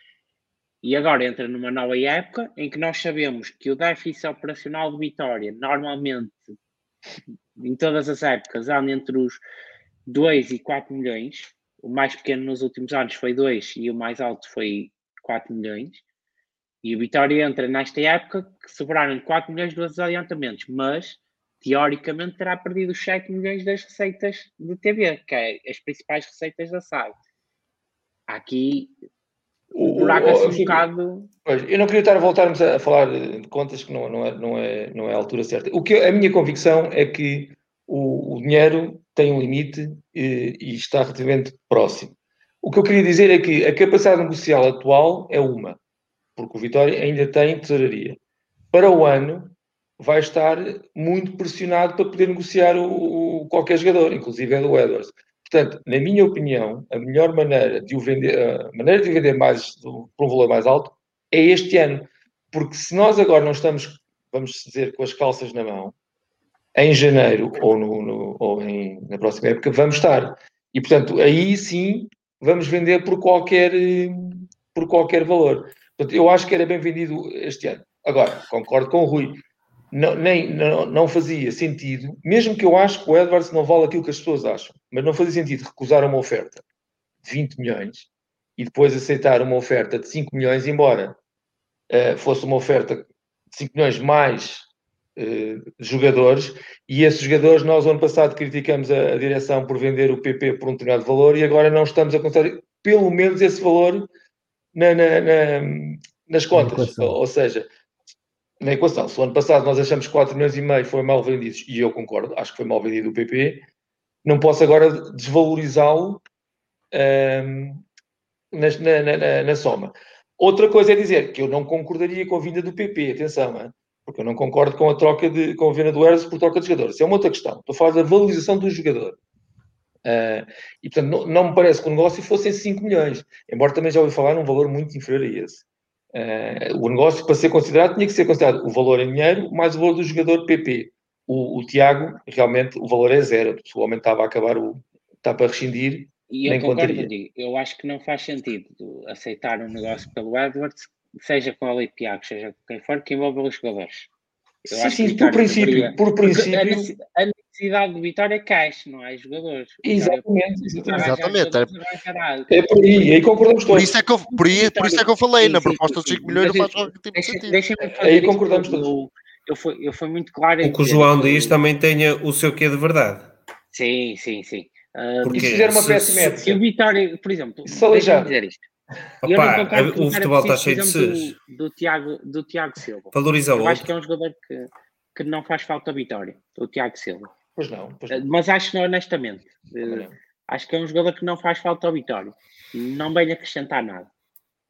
E agora entra numa nova época em que nós sabemos que o déficit operacional de Vitória, normalmente, em todas as épocas, anda entre os 2 e 4 milhões. O mais pequeno nos últimos anos foi 2 e o mais alto foi 4 milhões. E o Vitória entra nesta época que sobraram 4 milhões dos adiantamentos, mas teoricamente terá perdido os 7 milhões das receitas de TV, que é as principais receitas da SAD. Aqui o buraco assim um bocado... Eu não queria voltarmos a falar de contas que não é a altura certa. A minha convicção é que o dinheiro tem um limite e está relativamente próximo. O que eu queria dizer é que a capacidade negocial atual é uma, porque o Vitória ainda tem tesouraria. Para o ano, vai estar muito pressionado para poder negociar qualquer jogador, inclusive é do Edwards. Portanto, na minha opinião, a melhor maneira de o vender mais por um valor mais alto é este ano. Porque se nós agora não estamos, vamos dizer, com as calças na mão, em janeiro ou na próxima época, vamos estar. E, portanto, aí sim vamos vender por qualquer valor. Portanto, eu acho que era bem vendido este ano. Agora, concordo com o Rui. Não fazia sentido, mesmo que eu acho que o Edwards não vale aquilo que as pessoas acham, mas não fazia sentido recusar uma oferta de 20 milhões e depois aceitar uma oferta de 5 milhões, embora fosse uma oferta de 5 milhões mais jogadores, e esses jogadores nós ano passado criticamos a direção por vender o PP por um determinado valor e agora não estamos a contar pelo menos esse valor nas contas, ou seja, na equação. Se o ano passado nós achamos que 4 milhões e meio foi mal vendidos, e eu concordo, acho que foi mal vendido o PP, não posso agora desvalorizá-lo na soma. Outra coisa é dizer que eu não concordaria com a vinda do PP, atenção, porque eu não concordo com com a venda do Eras por troca de jogadores. Isso é uma outra questão. Estou a falar da valorização do jogador. E, portanto, não me parece que o negócio fosse 5 milhões, embora também já ouvi falar num valor muito inferior a esse. O negócio, para ser considerado, tinha que ser considerado o valor em dinheiro mais o valor do jogador PP. O Tiago, realmente, o valor é 0. Se o homem estava a acabar, está para rescindir, e eu concordo contigo. Eu acho que não faz sentido aceitar um negócio pelo Edwards, seja com o Tiago, seja com quem for, que envolva os jogadores. Sim, por princípio. A necessidade de Vitória é caixa, não é jogadores. Exatamente. É por aí concordamos todos. Por isso é que eu falei, na proposta de 5 milhões não faz qualquer tipo de sentido. Aí concordamos todos. Eu fui muito claro. O que o João diz também tenha o seu quê de verdade. Sim. Porque e se fizer uma péssima época? Se o Vitória, por exemplo, deixa-me dizer isto. Opa, o futebol está cheio de ses. Do Tiago Silva. Valoriza o outro. Acho que é um jogador que não faz falta a Vitória, o Tiago Silva. Pois não. Mas acho que honestamente, acho que é um jogador que não faz falta ao Vitória. Não vem acrescentar nada.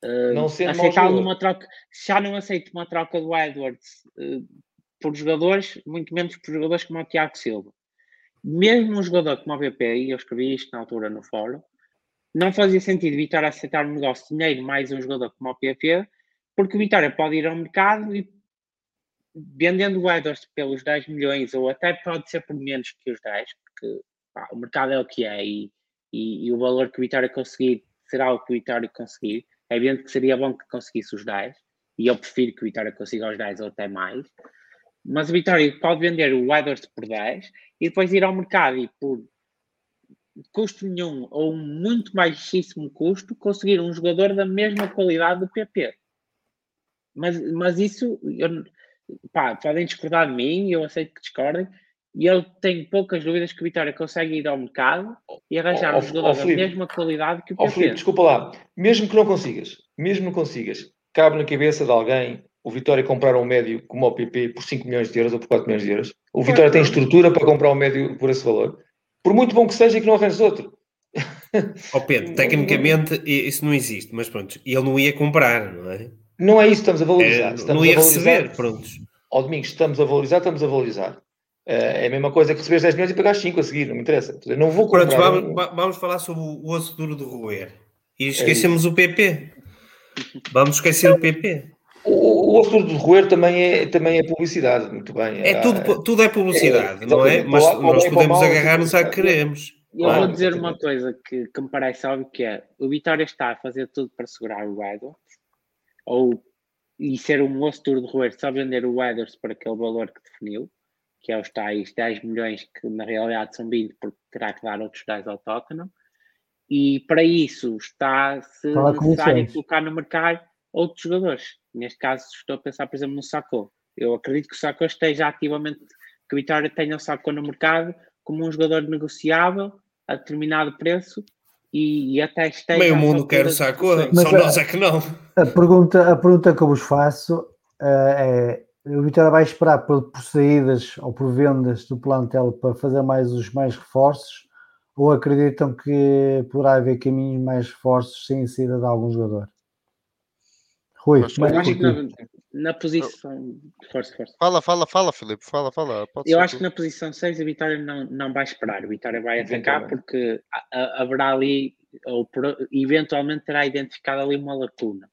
Não sendo mau aceitá-lo jogador. numa troca, já não aceito uma troca do Edwards por jogadores, muito menos por jogadores como o Tiago Silva. Mesmo um jogador como o VP, e eu escrevi isto na altura no fórum, não fazia sentido Vitória aceitar um negócio de dinheiro mais um jogador como o PP, porque o Vitória pode ir ao mercado e vendendo o Edwards pelos 10 milhões, ou até pode ser por menos que os 10, porque pá, o mercado é o que é, e o valor que o Vitória conseguir será o que o Vitória conseguir. É evidente que seria bom que conseguisse os 10, e eu prefiro que o Vitória consiga os 10 ou até mais, mas o Vitória pode vender o Edwards por 10 e depois ir ao mercado e por custo nenhum ou um muito baixíssimo custo conseguir um jogador da mesma qualidade do PP. Mas isso, podem discordar de mim, eu aceito que discordem, e eu tenho poucas dúvidas que o Vitória consegue ir ao mercado e arranjar um jogador da mesma qualidade que o PP. Filipe, desculpa lá, mesmo que não consigas, cabe na cabeça de alguém o Vitória comprar um médio como o PP por 5 milhões de euros ou por 4 milhões de euros? O Vitória tem estrutura para comprar um médio por esse valor? Por muito bom que seja e que não arranjes outro. Pedro, tecnicamente isso não existe, mas pronto, ele não ia comprar, não é? Não é isso que estamos a valorizar. Não ia receber, pronto. Ao Domingos, estamos a valorizar. É a mesma coisa que receberes 10 milhões e pagares 5 a seguir, não me interessa. Eu não vou comprar. Pronto, vamos falar sobre o osso duro de roer. E esquecemos o PP. Vamos esquecer o PP. O osso duro de roer também é publicidade, muito bem. Tudo é publicidade, não é? Mas nós podemos agarrar-nos a que queremos. Eu vou dizer uma coisa que me parece óbvio, que é o Vitória está a fazer tudo para segurar o Edwards, e ser um osso duro de roer, só vender o Edwards por aquele valor que definiu, que é os tais 10 milhões, que na realidade são 20, porque terá que dar outros 10 ao Tottenham, e para isso está-se necessário colocar no mercado outros jogadores. Neste caso estou a pensar, por exemplo, no Sakho. Eu acredito que o Sakho esteja ativamente, que o Vitória tenha o Sakho no mercado como um jogador negociável a determinado preço, e até esteja... Meio mundo quer o Sakho, só nós é que não. A pergunta que eu vos faço é: o Vitória vai esperar por saídas ou por vendas do plantel para fazer os mais reforços, ou acreditam que poderá haver caminhos mais reforços sem saída de algum jogador? Rui, eu acho que na posição... Força. Fala, Filipe, fala. Eu acho que na posição 6 a Vitória não vai esperar. O Vitória vai atacar porque haverá ali, ou eventualmente terá identificado ali uma lacuna.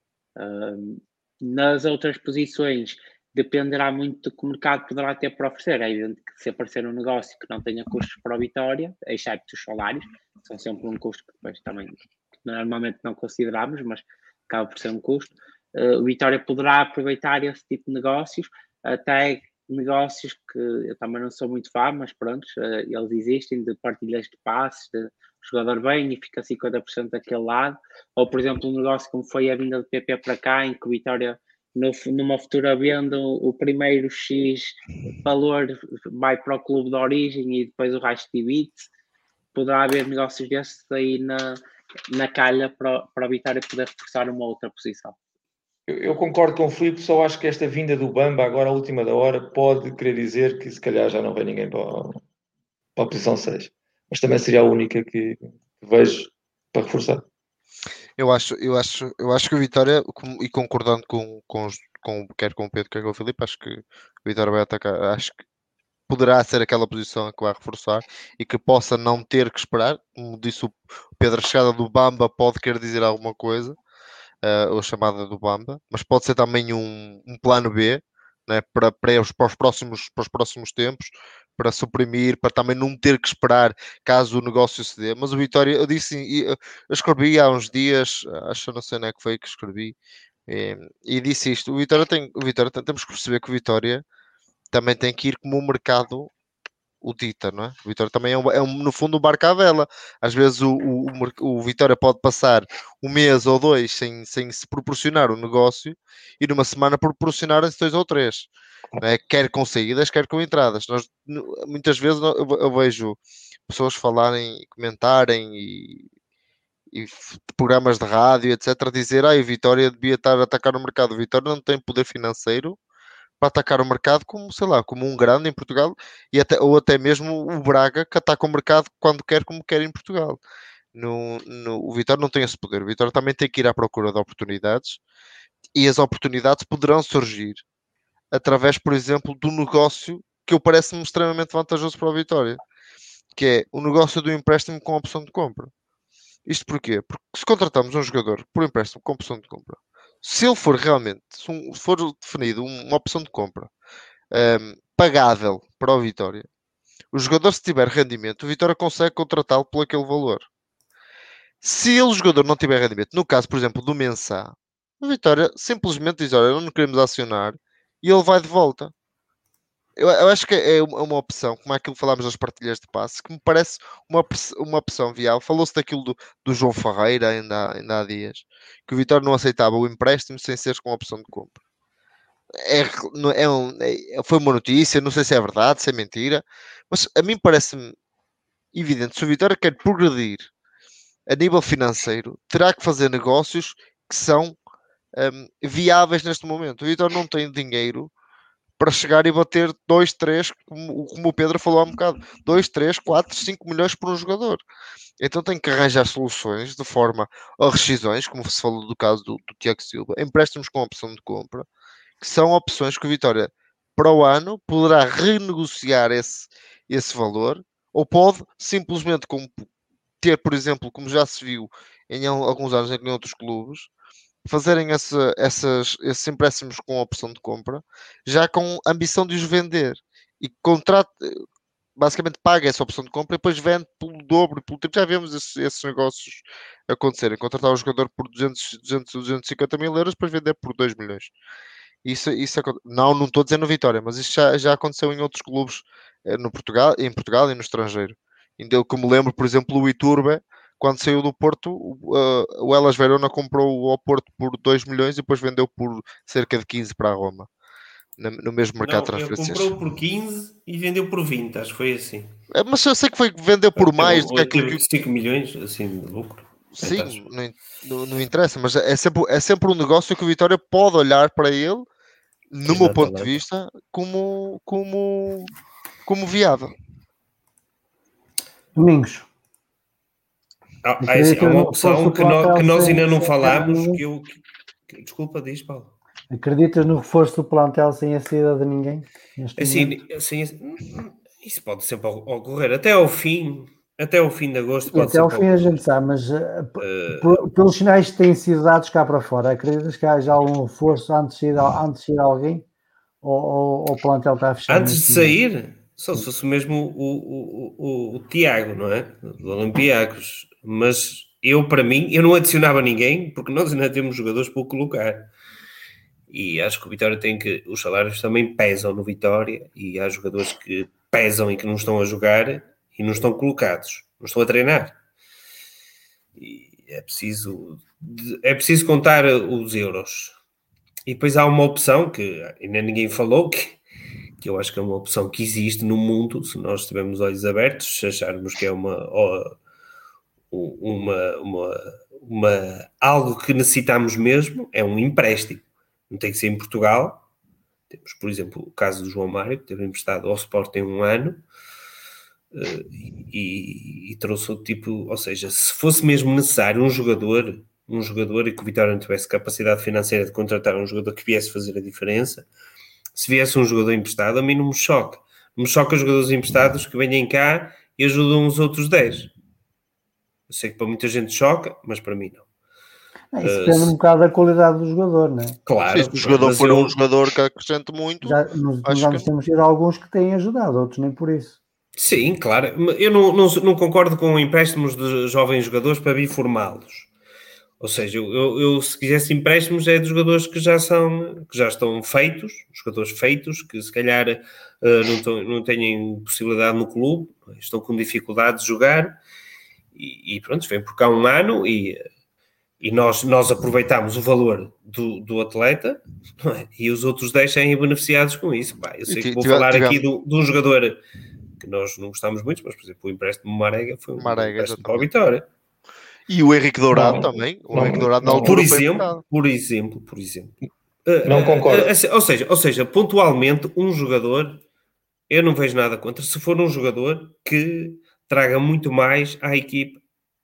Nas outras posições dependerá muito do que o mercado poderá ter para oferecer. É evidente que se aparecer um negócio que não tenha custos para a Vitória, excepto os salários, são sempre um custo que depois também normalmente não consideramos, mas acaba por ser um custo, o Vitória poderá aproveitar esse tipo de negócios, até negócios que eu também não sou muito fã, mas pronto, eles existem, de partilhas de passes, de jogador bem e fica 50% daquele lado, ou por exemplo um negócio como foi a vinda do PP para cá, em que o Vitória numa futura venda o primeiro X valor vai para o clube de origem e depois o resto divide. Poderá haver negócios desses aí na calha para a Vitória poder reforçar uma outra posição. Eu concordo com o Filipe, só acho que esta vinda do Bamba, agora à última da hora, pode querer dizer que se calhar já não vem ninguém para a posição 6. Mas também seria a única que vejo para reforçar. Eu acho que o Vitória, e concordando quer com o Pedro, quer com o Filipe, acho que o Vitória vai atacar, acho que poderá ser aquela posição a que vai reforçar e que possa não ter que esperar. Como disse o Pedro, a chegada do Bamba pode querer dizer alguma coisa, ou a chamada do Bamba, mas pode ser também um plano B, né, para os próximos tempos, para suprimir, para também não ter que esperar caso o negócio se dê. Mas o Vitória, eu escrevi há uns dias, acho, não sei onde é que foi que escrevi, e disse isto: o Vitória temos que perceber que o Vitória também tem que ir como o mercado o dita, não é? O Vitória também no fundo, um barco à vela. Às vezes o Vitória pode passar um mês ou dois sem se proporcionar o negócio e numa semana proporcionarem-se 2 ou 3. Não é? Quer com saídas, quer com entradas. Muitas vezes eu vejo pessoas falarem, comentarem e programas de rádio, etc., dizer: o Vitória devia estar a atacar o mercado. O Vitória não tem poder financeiro para atacar o mercado como, sei lá, como um grande em Portugal, ou até mesmo o Braga, que ataca o mercado quando quer, como quer em Portugal. O Vitória não tem esse poder. O Vitória também tem que ir à procura de oportunidades, e as oportunidades poderão surgir através, por exemplo, do negócio que eu parece-me extremamente vantajoso para o Vitória, que é o negócio do empréstimo com opção de compra. Isto porquê? Porque se contratamos um jogador por empréstimo com opção de compra, se ele for realmente, se for definido uma opção de compra pagável para o Vitória, o jogador, se tiver rendimento, o Vitória consegue contratá-lo por aquele valor. Se o jogador não tiver rendimento, no caso, por exemplo, do Mensah, o Vitória simplesmente diz, olha, não queremos acionar, e ele vai de volta. Eu acho que é uma opção, como aquilo que falámos das partilhas de passe, que me parece uma opção viável. Falou-se daquilo do João Ferreira ainda há dias, que o Vitória não aceitava o empréstimo sem ser com opção de compra. Foi uma notícia, não sei se é verdade, se é mentira, mas a mim parece-me evidente, se o Vitória quer progredir a nível financeiro, terá que fazer negócios que são viáveis neste momento. O Vitória não tem dinheiro para chegar e bater 2, 3, como o Pedro falou há um bocado, 2, 3, 4, 5 milhões por um jogador. Então tem que arranjar soluções de forma a rescisões, como se falou do caso do Tiago Silva, empréstimos com opção de compra, que são opções que o Vitória para o ano poderá renegociar esse valor, ou pode simplesmente ter, por exemplo, como já se viu em alguns anos em outros clubes, fazerem esses empréstimos com opção de compra, já com ambição de os vender, e basicamente paga essa opção de compra e depois vende pelo dobro, pelo triplo. Já vemos esses negócios acontecerem, contratar um jogador por 250 mil euros, depois vender por 2 milhões. Isso não estou dizendo Vitória, mas isso já aconteceu em outros clubes em Portugal e no estrangeiro. Ainda como lembro, por exemplo, o Iturbe, quando saiu do Porto, o Hellas Verona comprou ao Porto por 2 milhões e depois vendeu por cerca de 15 para a Roma, no mesmo mercado de transferências. Comprou por 15 e vendeu por 20, acho que foi assim. Mas eu sei que vendeu por mais do que aquilo que 5 milhões assim de lucro. Sim, não interessa, mas é sempre um negócio que o Vitória pode olhar para ele, no meu ponto de vista, como viável. Domingos. Há uma opção que nós ainda não falámos. Desculpa, diz, Paulo. Acreditas no reforço do plantel sem a saída de ninguém? Assim, isso pode sempre ocorrer até ao fim de agosto. Até ao fim a gente sabe, mas pelos sinais que têm sido dados cá para fora, acreditas que haja algum reforço antes de ir alguém? Ou o plantel está fechado? Antes de sair? Só se fosse mesmo o Tiago, não é? Do Olympiacos. Mas para mim, eu não adicionava ninguém, porque nós ainda temos jogadores para colocar. E acho que o Vitória os salários também pesam no Vitória, e há jogadores que pesam e que não estão a jogar e não estão colocados, não estão a treinar. E é preciso contar os euros. E depois há uma opção que ainda ninguém falou, que eu acho que é uma opção que existe no mundo, se nós tivermos olhos abertos, se acharmos que é algo que necessitamos mesmo, é um empréstimo. Não tem que ser em Portugal. Temos, por exemplo, o caso do João Mário, que teve emprestado ao Sporting 1 ano e trouxe outro tipo, ou seja, se fosse mesmo necessário um jogador e que o Vitória não tivesse capacidade financeira de contratar um jogador que viesse fazer a diferença, se viesse um jogador emprestado, a mim não me choca. Não me choca os jogadores emprestados que venham cá e ajudam os outros 10. Eu sei que para muita gente choca, mas para mim não. Isso depende um bocado da qualidade do jogador, não é? Claro. Se o jogador for um jogador que acrescente muito... Nós temos tido alguns que têm ajudado, outros nem por isso. Sim, claro. Eu não concordo com empréstimos de jovens jogadores para vir formá-los. Ou seja, eu se quisesse empréstimos é de jogadores que já estão feitos, jogadores feitos, que se calhar não têm possibilidade no clube, estão com dificuldade de jogar, e pronto, vem por cá um ano e nós aproveitamos o valor do atleta, não é? E os outros 10 saem beneficiados com isso. Eu sei que vou falar aqui de um jogador que nós não gostamos muito, mas por exemplo o empréstimo Marega foi um empréstimo para a Vitória. E o Henrique Dourado também. O Henrique Dourado na altura por exemplo. Não concordo. Ou seja, pontualmente um jogador, eu não vejo nada contra, se for um jogador que traga muito mais à equipe.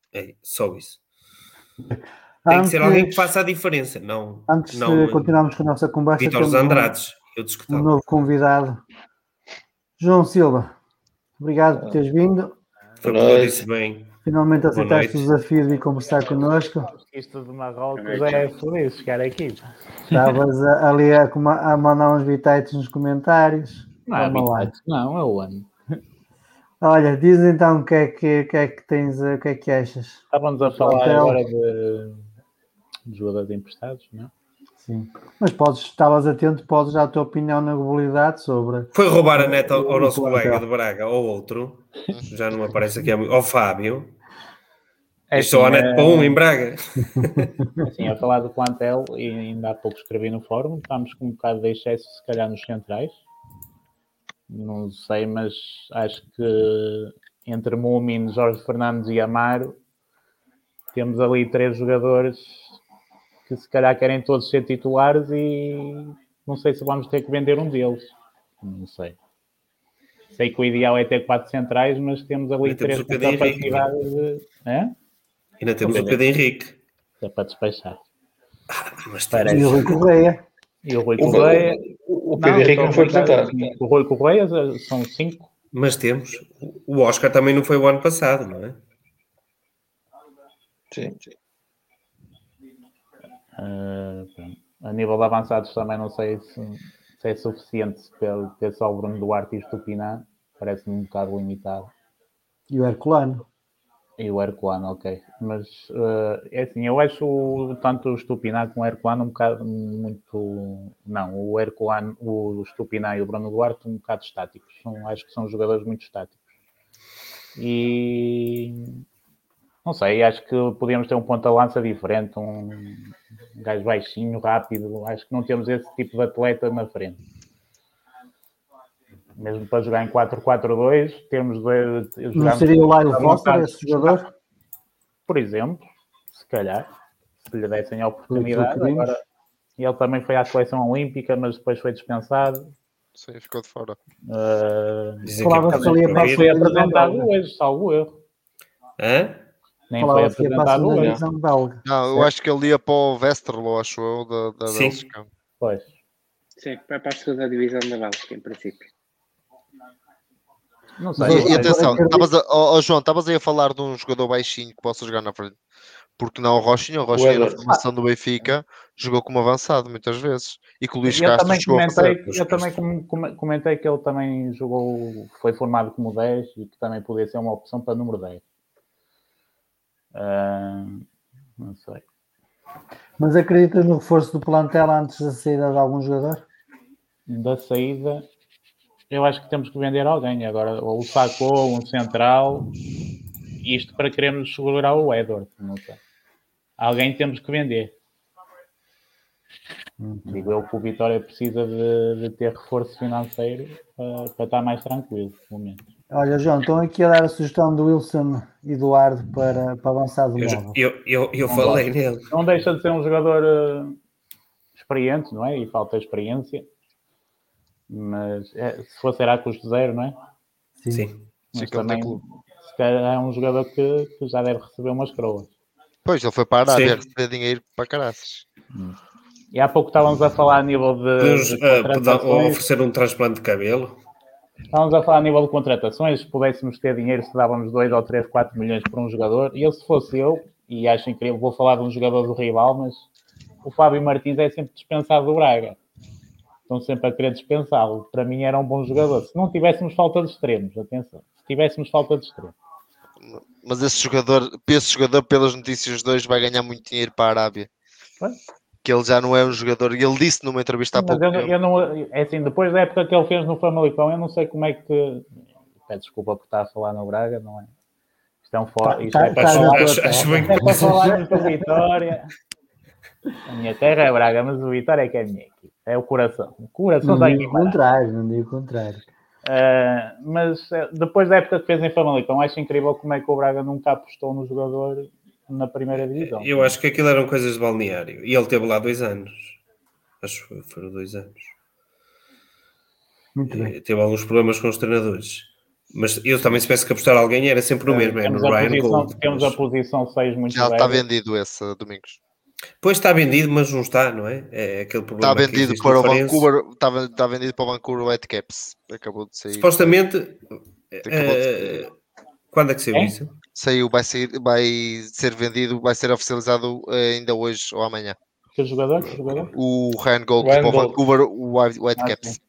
É só isso. Tem que ser alguém que faça a diferença, não. Antes não, de continuarmos com a nossa conversa, Vítor temos Andrades, eu um discutava. novo convidado. João Silva, obrigado por teres vindo. Foi como eu disse bem. Finalmente Boa aceitaste o noite. desafio de vir conversar connosco. Isto de Marrocos é feliz chegar aqui. Estavas ali a mandar uns bitites nos comentários. Não é Vamos lá. habitantes, não, é o ano. Olha, diz então o que é que tens, o que é que achas? Estávamos a falar Plantel. agora de jogadores emprestados, não é? Sim. Mas estavas atento, podes dar a tua opinião na globalidade sobre... Foi roubar a neta ao o nosso plantel. colega de Braga, ou outro, já não aparece aqui, ao Fábio. É E só a assim, net para um em Braga. Assim, a falar do plantel, e ainda há pouco escrevi no fórum, estamos com um bocado de excesso, se calhar, nos centrais. Não sei, mas acho que entre Múmin, Jorge Fernandes e Amaro, temos ali 3 jogadores que se calhar querem todos ser titulares e não sei se vamos ter que vender um deles. Não sei. Sei que o ideal é ter 4 centrais, mas temos ali Ainda temos 3 o com Pedro Henrique, capacidade de... É? Ainda temos o Pedro Henrique. É para despachar. Mas E o Rui Correia. E o Rui Correia... O Pedro Henrique não foi apresentado. O Rui Correia são 5. Mas temos. O Oscar também não foi o ano passado, não é? Sim. A nível de avançados também não sei se é suficiente ter só o Bruno Duarte e o Stupiná. Parece-me um bocado limitado. E o Herculano. E o Herculano, ok. Mas é assim, eu acho tanto o Stupiná como o Herculano um bocado muito... Não, o Herculano, o Stupiná e o Bruno Duarte um bocado estáticos. Acho que são jogadores muito estáticos. E... Não sei, acho que podíamos ter um ponta-lança diferente, um gajo baixinho, rápido. Acho que não temos esse tipo de atleta na frente. Mesmo para jogar em 4-4-2, temos de... Não seria o Lyle Foster esse jogador? Por exemplo, se calhar, se lhe dessem a oportunidade. Agora, ele também foi à seleção olímpica, mas depois foi dispensado. Sim, ficou de fora. Falava-se ali a Nem foi apresentado hoje, salvo erro. Hã? Nem foi apresentado hoje. Não, eu acho que ele ia para o Westerlo, acho eu, da Bélgica. Pois. Sim, vai para a segunda divisão da Bélgica, em princípio. Não sei. E atenção, João, estavas aí a falar de um jogador baixinho que possa jogar na frente. Porque não o Rochinha na formação do Benfica jogou como avançado muitas vezes. E que o Luís Castro chegou a fazer. Eu também comentei que ele também jogou, foi formado como 10 e que também podia ser uma opção para número 10. Não sei. Mas acreditas no reforço do plantel antes da saída de algum jogador? Da saída, eu acho que temos que vender alguém agora. Ou o Sacco, um central. Isto para querermos segurar o Edward. Não sei. Alguém temos que vender. Digo eu que o Vitória precisa de ter reforço financeiro para estar mais tranquilo no momento. Olha, João, estão aqui a dar a sugestão do Wilson Eduardo para avançar do móvel. Eu falei nele. Não deixa de ser um jogador experiente, não é? E falta experiência. Mas se fosse era a custo zero, não é? Sim. Mas também, se calhar, é um jogador que já deve receber umas coroas. Pois, ele foi para a Arábia receber dinheiro para caraças. E há pouco estávamos a falar a nível de oferecer um transplante de cabelo. Estávamos a falar a nível de contratações. Se pudéssemos ter dinheiro, se dávamos 2 ou 3, 4 milhões por um jogador. E se fosse eu, e acho incrível, vou falar de um jogador do rival, mas o Fábio Martins é sempre dispensado do Braga. Estão sempre a querer dispensá-lo. Para mim era um bom jogador. Se não tivéssemos falta de extremos, atenção. Se tivéssemos falta de extremos. Mas esse jogador, pelas notícias de hoje, vai ganhar muito dinheiro para a Arábia. Que ele já não é um jogador. E ele disse numa entrevista há pouco tempo. É assim, depois da época que ele fez no Famalicão, eu não sei como é que... Peço desculpa por estar a falar no Braga, não é? Isto é um fora. Isto é para falar do Vitória. A minha terra é Braga, mas o Vitória é que é a minha equipe. É o coração. O coração não digo o contrário, não digo o contrário. Mas depois da época que fez em Famalicão, acho incrível como é que o Braga nunca apostou no jogador na primeira divisão. Eu acho que aquilo eram coisas de balneário. E ele teve lá 2 anos. Acho que foram 2 anos. Muito bem. Teve alguns problemas com os treinadores. Mas eu também, se tivesse que apostar alguém, era sempre o mesmo, é no Ryan Gold. Temos a posição 6 muito Já está vendido esse, Domingos. Pois está vendido, mas não está, não é? É aquele problema. Está vendido para o Vancouver, está vendido para o Vancouver Whitecaps. Acabou de sair. Supostamente, quando é que saiu isso? Saiu, vai ser vendido, vai ser oficializado ainda hoje ou amanhã. Que jogador? O Ryan Gold para o Vancouver Whitecaps.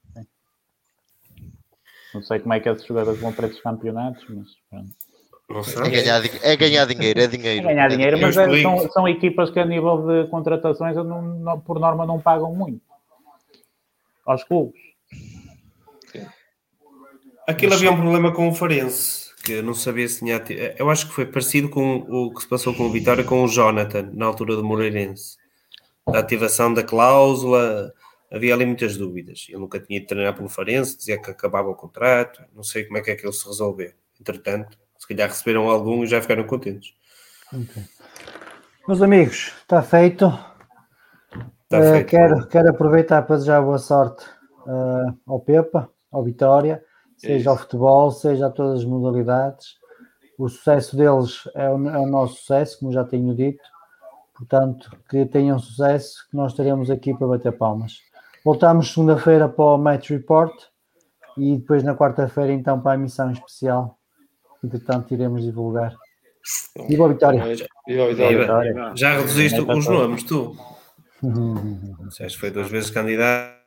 Não sei como é que esses jogadores vão para esses campeonatos, mas pronto. Não sei. É ganhar dinheiro, é dinheiro. É ganhar dinheiro, mas são equipas que a nível de contratações por norma não pagam muito aos clubes. Aquilo havia um problema com o Farense, que eu não sabia se tinha... Eu acho que foi parecido com o que se passou com o Vitória, com o Jonathan, na altura do Moreirense. A ativação da cláusula, havia ali muitas dúvidas. Ele nunca tinha ido treinar pelo Farense, dizia que acabava o contrato, não sei como é que aquilo se resolveu. Entretanto, se calhar receberam algum e já ficaram contentes. Okay. Meus amigos, está feito. Quero aproveitar para desejar boa sorte ao Pepa, ao Vitória, seja ao futebol, seja a todas as modalidades. O sucesso deles é o nosso sucesso, como já tenho dito. Portanto, que tenham sucesso, que nós estaremos aqui para bater palmas. Voltamos segunda-feira para o Match Report e depois na quarta-feira então para a emissão especial. Entretanto, iremos divulgar. Viva a Vitória! Viva a Vitória! Já reduziste os nomes, tu? Acho que foi 2 vezes candidato.